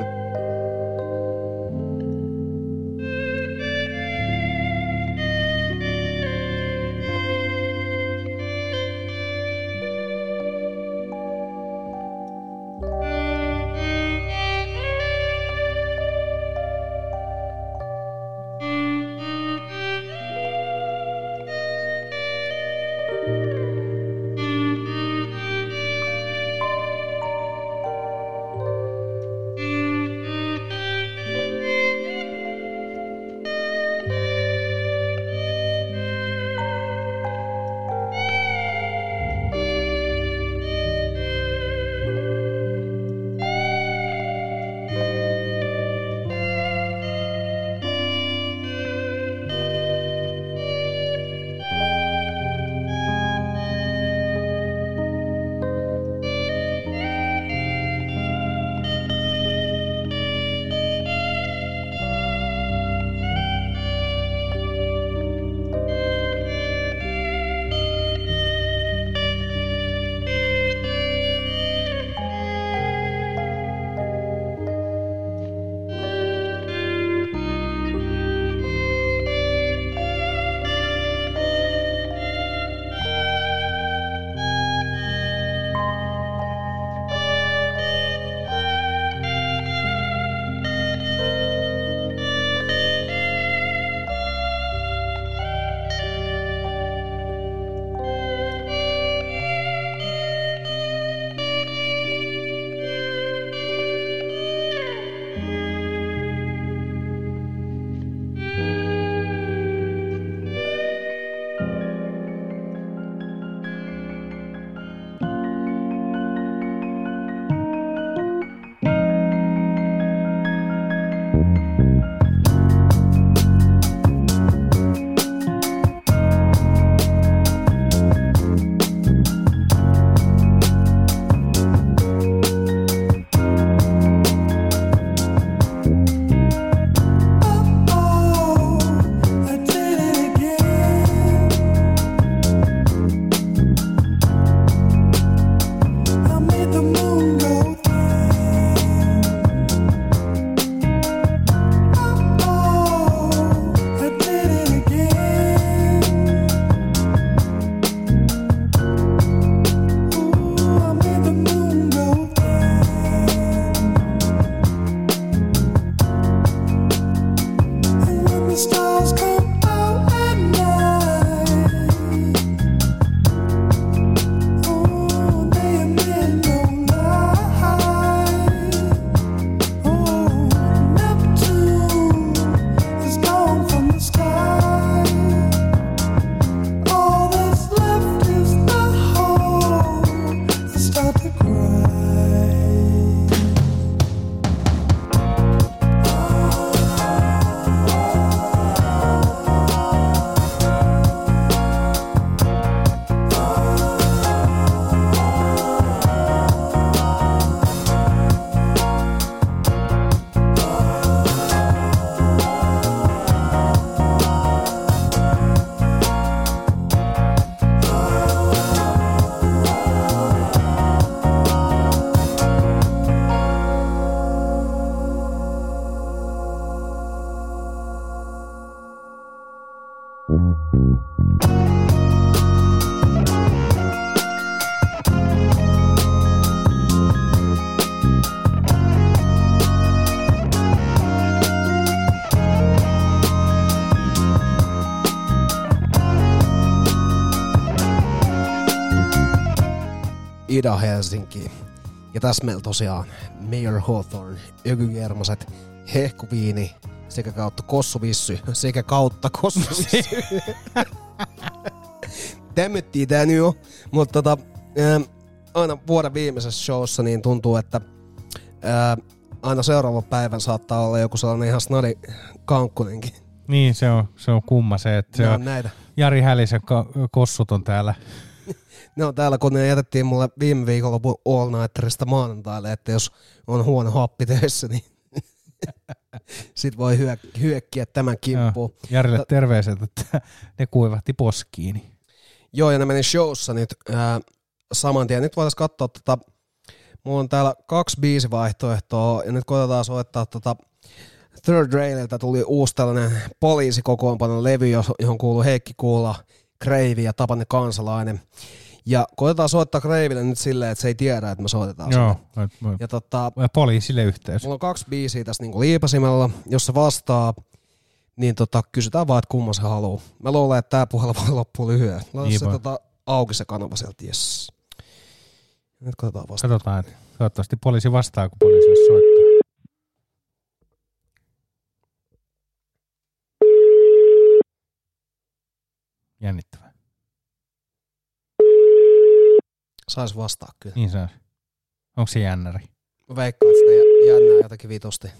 Ida-Helsinkiin. Ja tässä meillä tosiaan Mayor Hawthorne, Ökygermaset, Hehkuviini sekä kautta Kossuvissy. Tämmöttiin tää nyt jo, mutta aina vuoden viimeisessä showssa niin tuntuu, että aina seuraavan päivän saattaa olla joku sellainen ihan snadi kankkunenkin. Niin, se on kumma se, että se on näitä. Jari Hälisen kossut on täällä. Ne on täällä, kun ne jätettiin mulle viime viikonlopun All Nighterista maanantaille, että jos on huono happi töissä, niin sit voi hyökkiä tämän kimppuun. Jarille terveiset, että ne kuivahti poskiini. Joo, ja ne meni showssa nyt saman tien. Nyt voitaisiin katsoa, mulla on täällä 2 biisivaihtoehtoa, ja nyt koitetaan soittaa Third Raililtä tuli uusi tällainen poliisikokoonpanon levy, johon kuuluu Heikki Kuula, Kreivi ja Tapani Kansalainen. Ja koitetaan soittaa Kreiville nyt silleen, että se ei tiedä, että me soitetaan joo, ja poliisille yhteys. Mulla on 2 biisiä tässä niinku liipasimella. Jos se vastaa, niin kysytään vaan, että kumman se haluaa. Mä luulen, että tää puhelu voi loppua lyhyen. Laita se auki se kanava sieltä, jes. Nyt koitetaan vastaan. Katsotaan, että toivottavasti poliisi vastaa, kun poliisille soittaa. Jännittävää. Sais vastaa kyllä. Niin sais. Onko se jännäri? Mä veikkaan, että sitä jännää jotakin vitusti.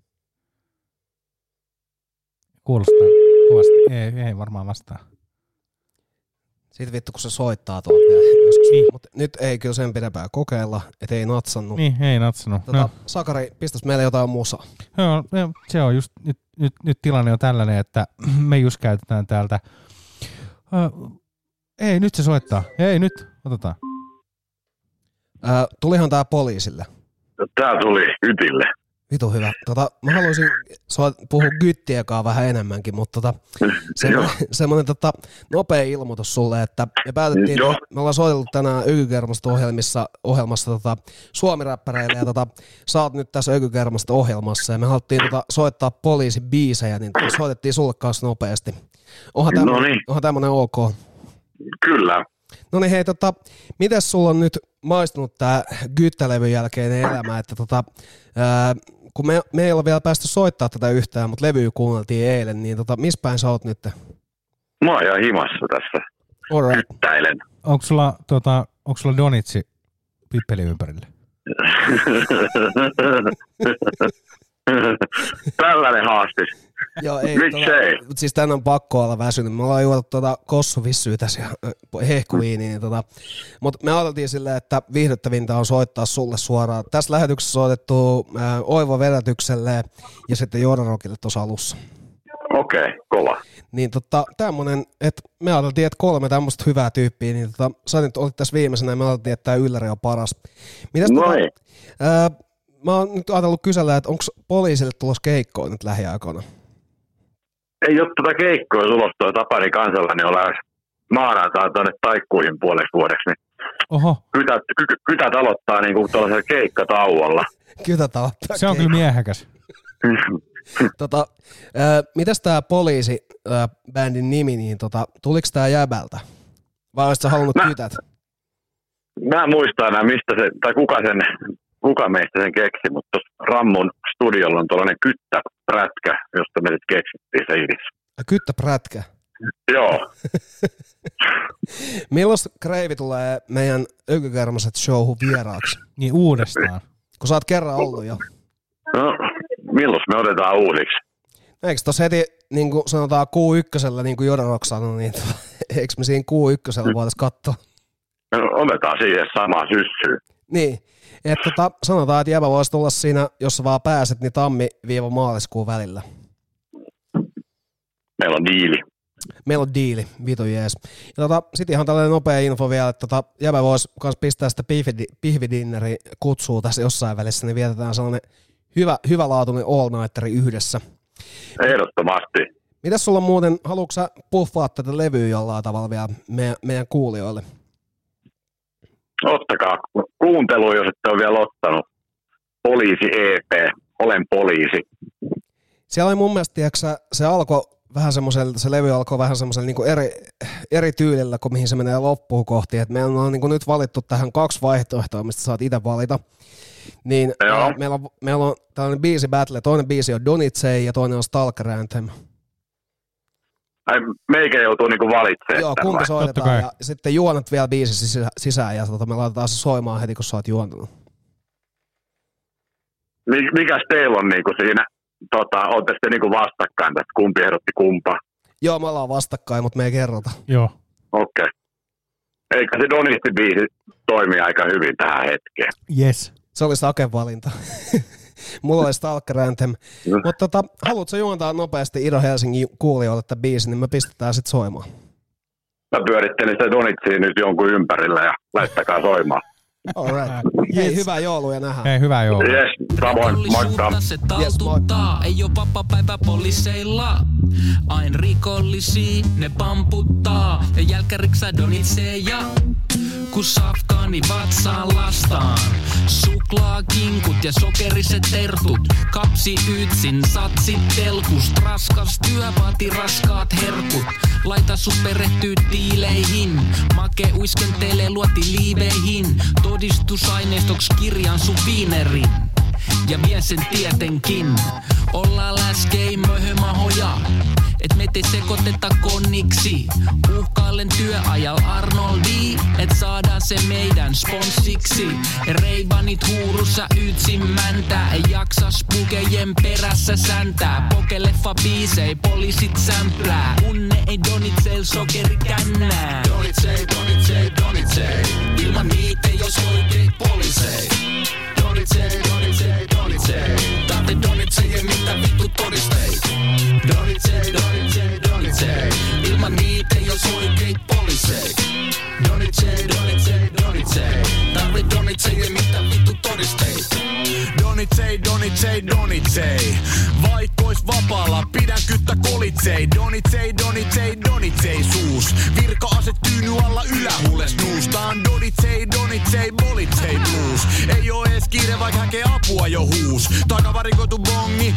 Kuulostaa kovasti. Ei varmaan vastaa. Siitä vittu, kun se soittaa tuolta vielä joskus. Niin. Mutta nyt ei kyllä sen pidempään kokeilla, et ei natsannut. Niin, ei natsannut. Sakari, pistäs meille jotain musaa. Joo, se on just, nyt tilanne on tällainen, että me just käytetään täältä. Ei, nyt se soittaa. Ei, nyt. Otetaan. Tulihan tää poliisille? Tää tuli Ytille. Vitu hyvä. Mä haluaisin puhua Gyttiekaan vähän enemmänkin, mutta semmoinen nopea ilmoitus sulle, että me päätettiin, me ollaan soitellut tänään Ökygermasta ohjelmassa suomiräppäreille, ja sä oot nyt tässä Ökygermasta ohjelmassa, ja me haluttiin soittaa poliisibiisejä, niin soitettiin sulle kanssa nopeasti. Onhan tämmönen ok? Kyllä. No niin hei, mites sulla on nyt maistunut tää Gyttä-levyn jälkeinen elämä, että kun me ei ole vielä päästy soittaa tätä yhtään, mutta levyä kuunneltiin eilen, niin missä päin sä oot nyt? Mä oon ihan himassa tässä. Gyttäilen. Onko sulla donitsi pippeli ympärille? Tällainen haastis. Joo, ei, siis tän on pakko olla väsynyt. Me ollaan juotu Kossuvissyä tässä ja hehkuviiniä, mutta me ajateltiin silleen, että viihdyttävintä on soittaa sulle suoraan. Tässä lähetyksessä soitettu Oivo Vedätykselle ja sitten Jordarokille tuossa alussa. Okei, kova. Niin tämmönen, että me ajateltiin, että 3 tämmöistä hyvää tyyppiä, niin sä nyt olit tässä viimeisenä ja me ajateltiin, että tää Ylläri on paras. Mitäs mä oon nyt ajatellut kysellä, että onko poliisille tulossa keikkoa nyt lähiaikoina? Ei ole tuota keikkoa tulossa, tuo Tapani Kansalainen on lähes maanantaa tuonne taikkuihin puoleksi vuodeksi. Niin oho. Kytät aloittaa niinku tuollaisella keikkatauolla. Kytät aloittaa. Se on kyllä miehekäs. Mitäs tää poliisi-bändin nimi, niin tuliko tää jäbältä? Vai olisit sä halunnut kytät? Mä en muista enää mistä se, tai kuka meistä sen keksi, mutta tuossa Rammun studiolla on tuollainen kyttäprätkä, josta me sitten keksittiin se idis. Kyttäprätkä? Joo. Milloin Kreivi tulee meidän Ökygermaset showhun vieraaksi? Niin uudestaan. Kun sä oot kerran ollut jo. No, milloin me otetaan uusiksi? Eikö tossa heti, niin kuin sanotaan Q1, niin kuin Jodarok sanoi, niin eikö me siinä Q1 voitaisiin katsoa? No, otetaan siihen samaan syssyyn. Niin, että sanotaan, että jäbä voisi tulla siinä, jos sä vaan pääset, niin tammi-maaliskuun välillä. Meillä on diili. Meillä on diili, vitu jees. Ja sit ihan tällainen nopea info vielä, että jäbä voisi kans pistää sitä pihvidinneri kutsua tässä jossain välissä, niin vietetään sellainen hyvälaatuinen all-nighteri yhdessä. Ehdottomasti. Mitäs sulla muuten, haluatko sä puffaa tätä levyä jollain tavalla vielä meidän kuulijoille? Ottakaa kuuntelu, jos ette ole vielä ottanut. Poliisi EP, olen poliisi. Siellä oli mun mielestä, tiiäksä, se alkoi vähän semmoisella, se levy alkoi vähän semmoisella niinku eri tyylillä, kuin mihin se menee loppuun kohti. Et meillä on niinku nyt valittu tähän 2 vaihtoehtoa, mistä saat itse valita. Niin meillä on tällainen biisi battle. Toinen biisi on Donitsei ja toinen on Stalker Anthem. Ai, meikä joutuu niinku valitsemaan. Joo, kumpi soitetaan ja sitten juonat vielä biisi sisään ja me laitetaan se soimaan heti, kun sä oot juontanut. Mikäs teillä on niinku siinä, ootte sitten niinku vastakkain tästä, kumpi ehdotti kumpaa? Joo, me ollaan vastakkain, mutta me ei kerrota. Joo. Okei. Eikä se Donitsi-biisi toimi aika hyvin tähän hetkeen. Yes. Se oli Saken valinta. Mulla oli Stalker Anthem. Mutta haluatko juontaa nopeasti Ido Helsingin kuulijoille tämän biisin, niin me pistetään sit soimaan. Mä pyörittelin sitä Donitsia nyt jonkun ympärillä ja laittakaa soimaan. Alright. Hei, hyvää joulua ja nähdään. Hei, hyvää joulua. Yes, samoin. Moikka. Se taltuttaa, ei oo vapaapäivä poliiseilla. Ain rikollisia ne pamputtaa ja jälkäriksaa Donitseja. Kun safkaani vatsaan lastaan. Suklaakinkut ja sokeriset tertut. Kapsi ytsin, satsit telkust. Raskas työ vaati raskaat herkut. Laita sut perehtyy tiileihin. Make uiskentelee luoti liiveihin. Todistusaineistoks kirjan sun viinerin. Ja vie sen tietenkin. Ollaan läskei möhömahoja. Et me te sekoiteta konniksi. Uhkailen työajal Arnoldi. Et saadaan se meidän sponssiksi. Reivanit huurussa ytsimmäntä. Ei jaksa spukejen perässä säntää. Pokeleffa biisei, poliisit sämplää. Kun ne ei Donitseil sokeri kännää. Donitsei, Donitsei, Donitsei. Ilman niitä ei jos oikein poliisei. Donitsei, Donitsei, Donitsei. Taatte Donitsei, mitä vittu todisteit. Donitsei, Donitsei, Donitsei. Ilman niitä ei jos oikein poliisei. Donitsei, Donitsei, Donitsei. Tarvi Donitsei, mitä vittu todisteit. Donitsei, Donitsei, Donitsei. Vaikkois vapaalla, pidän kyttä kolitsei. Donitsei, Donitsei, Donitsei suus. Virka-ase tyyny alla ylähuules nuustaan. Donitsei, Donitsei, Bolitsei blues. Ei oo ees kiire, vaik häkee apua jo huus. Takavarikoitu bongi,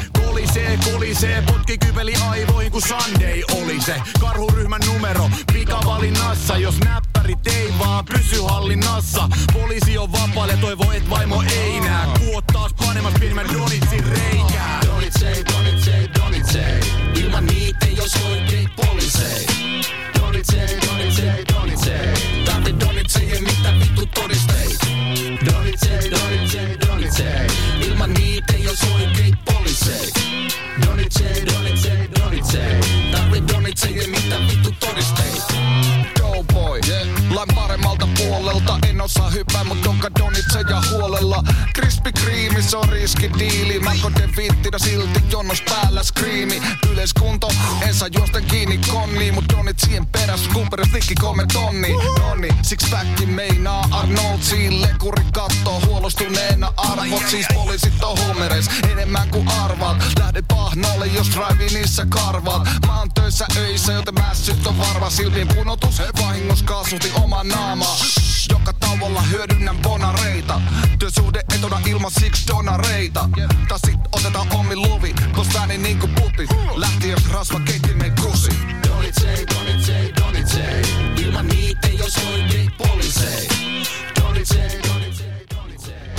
kolisee. Potki kypeli aivoihin, kun Sunday oli se. Karhuryhmän numero, pikavalinnassa. Jos näppärit ei vaan pysy hallinnassa. Poliisi on vapaalle, toivo et vaimo ei nää. Kuot taas panemas pienimmän Donitsin reikää. Donitsei, Donitsei, Donitsei. Ilman niitä ei jos oikein poliisei. Donitsei, Donitsei, Donitsei. Taatte Donitsei, mitä vittu todisteit. Donitsei, Donitsei, Donitsei. Ilman niitä ei jos oikein poliisei. Donitsei, Donitsei, Donitsei. Tarvi Donitsei, mitä vittu todisteit. Doughboy, lain paremmalta puolelta. En osaa hyppää, mut onka Donitseja huolella. Krispy Kreme, se on riskidiili. Marko de Vittinä silti jonnos päällä skriimi. Yleiskunto, en saa juosten kiinni konni. Mut Donitsien peräs, kumperes rikki 3 tonni. Nonni, six-packi meinaa Arnold siin. Lekuri kattoo huolostuneena arvot. Siis poliisit on homeres, enemmän kuin arvaat. Lähde pahnalle, jos drive niissä karvaat. Mä oon töissä öissä, joten mässyt on varma. Silmien punotus, vahingos kaasutti oma naamaa. Joka tauolla hyödynnän bonareita. Työsuhde etona ilman siksi donareita. Tai sit otetaan omi luvi, kos ääni niinku putit. Lähti jos rasva keittimen kusi. Donitsei, Donitsei, Donitsei. Ilman niitä ei jos oikein poliisei. Donitsei, Donitsei, Donitsei.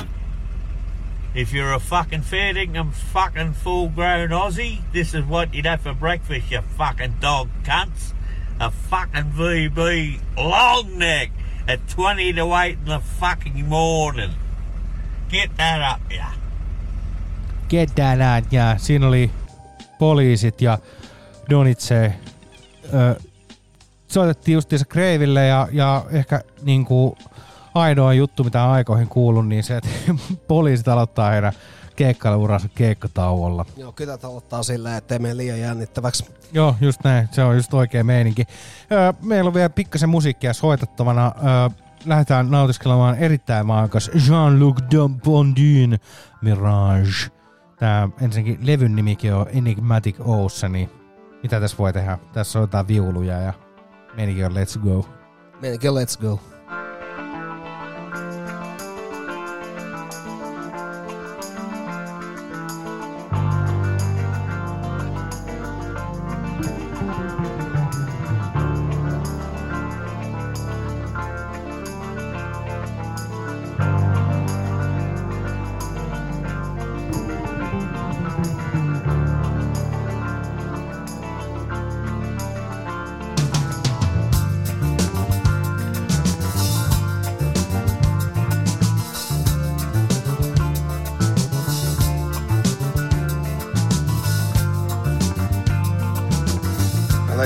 If you're a fucking fair dinkum fucking full-grown Aussie, this is what you'd have for breakfast, you fucking dog cunts. A fucking VB long neck at 20 to 8 in the fucking morning. Get that up, yeah. Get that out, yeah. Siinä oli poliisit ja Donitsei. Soitettiin justiinsa Kreiville ja ehkä niinku ainoa juttu, mitä on aikoihin kuullut, niin se, että poliisit aloittaa heidän keikkailuuransa keikkatauolla. Joo, kytät aloittaa silleen, ettei mene liian jännittäväksi. Joo, just näin. Se on just oikea meininki. Meillä on vielä pikkasen musiikkia soitettavana. Lähdetään nautiskelemaan erittäin maakas Jean-Luc Dambondyn Mirage. Tää ensinnäkin levyn nimikin on Enigmatic Ocean. Mitä tässä voi tehdä? Tässä soitetaan viuluja ja meininki on Let's Go. Meininki on Let's Go.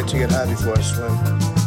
like to get high before I swim.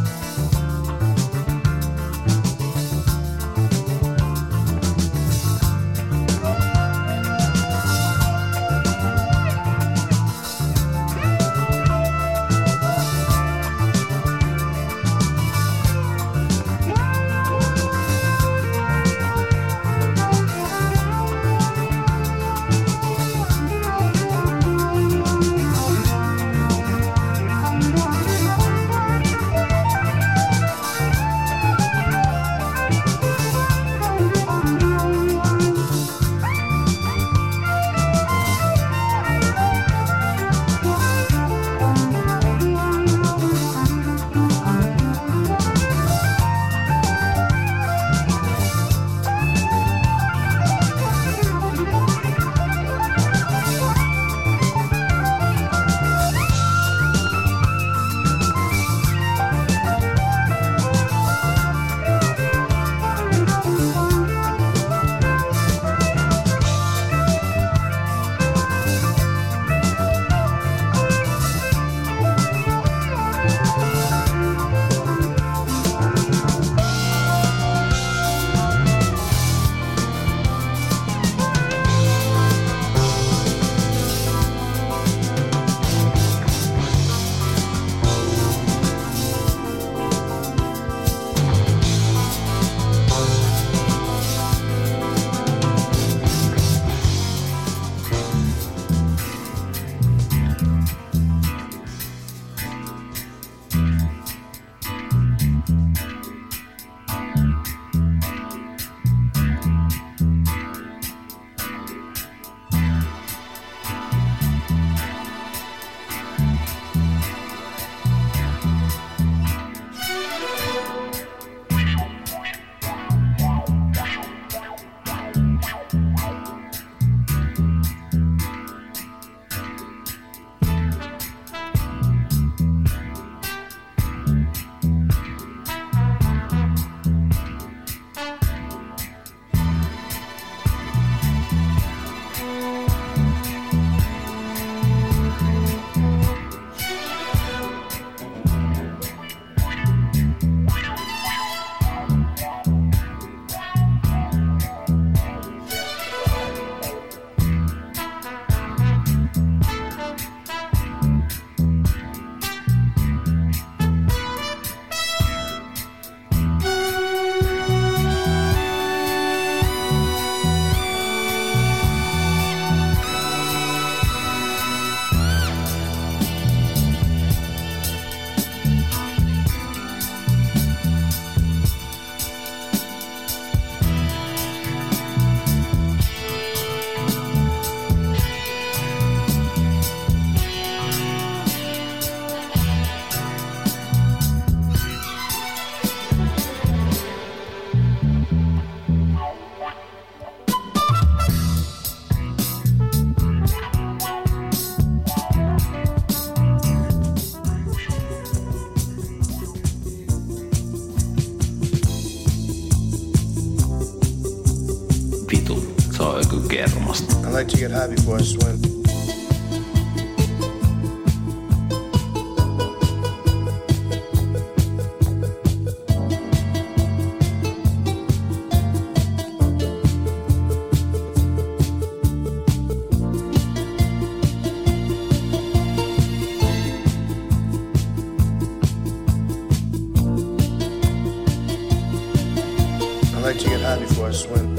I like to get high before I swim. I like to get high before I swim.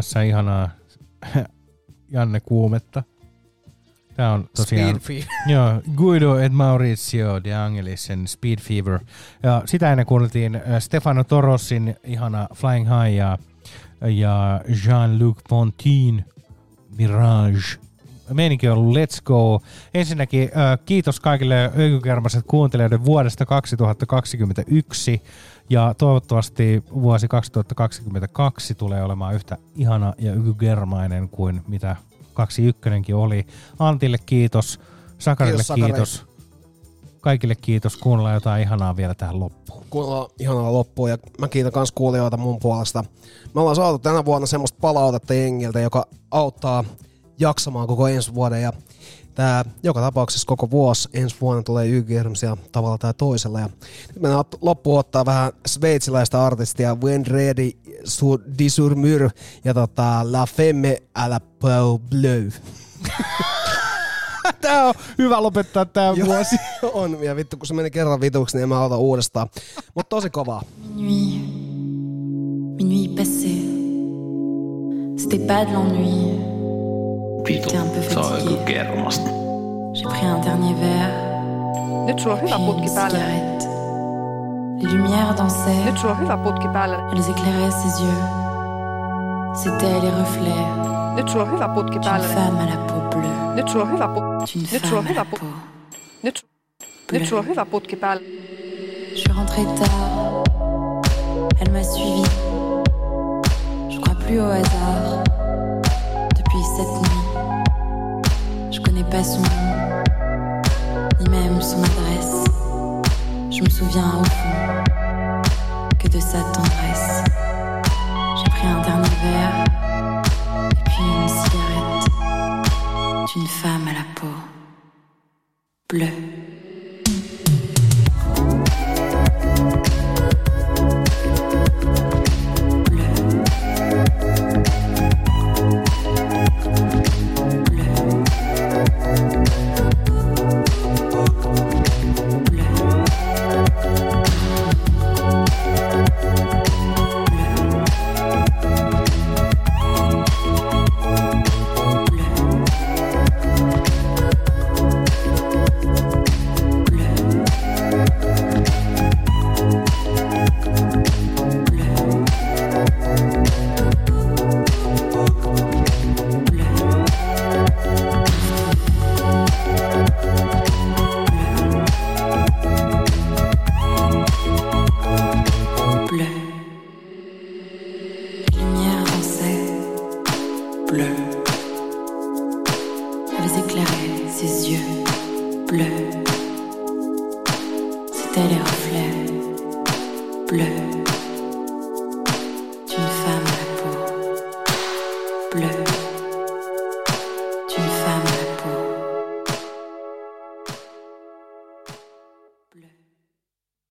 tässä ihanaa Janne Kuumetta. Tää on tosiaan joo, Guido et Maurizio de Angelisen Speed Fever. Ja sitä ennen kuunneltiin Stefano Torrosin ihana Flying High ja Jean-Luc Pontin Mirage. Meininki on ollut Let's Go. Ensinnäkin kiitos kaikille Ökykermaset kuuntelijoiden vuodesta 2021 ja toivottavasti vuosi 2022 tulee olemaan yhtä ihana ja ökykermainen kuin mitä 21 oli. Antille kiitos, Sakarille kiitos. Kaikille kiitos. Kuunnellaan jotain ihanaa vielä tähän loppuun. Kuunnellaan ihanaa loppuun ja mä kiitän kans kuulijoita mun puolesta. Me ollaan saatu tänä vuonna semmoista palautetta jengiltä, joka auttaa jaksamaan koko ensi vuoden ja tää joka tapauksessa koko vuosi ensi vuonna tulee YG-hermsia tavalla tai toisella ja nyt mennään loppuun ottaa vähän sveitsiläistä artistia When Ready Disurmur ja La Femme à la Peau Bleue. Tää on hyvä lopettaa tää vuosi. On, ja vittu kun se meni kerran vituksi, niin en mä ota uudestaan. Mut tosi kovaa. Minuit passé. C'était pas de l'ennui. J'étais un peu fatiguée. J'ai pris un dernier verre. Nyt sulla on hyvä putki päällä. Les lumières dansaient. Nyt sulla on hyvä putki päällä. Elles éclairaient ses yeux. C'était les reflets. Nyt sulla on hyvä putki päällä. Une femme à la peau bleue. Nyt sulla on hyvä putki. Une femme à la peau. Nyt sulla on hyvä putki päällä. Je suis rentrée tard. Elle m'a suivi. Je crois plus au hasard. Depuis cette nuit, je connais pas son nom, ni même son adresse. Je me souviens au fond que de sa tendresse. J'ai pris un dernier verre et puis une cigarette d'une femme à la peau bleue. C'était les reflets bleus.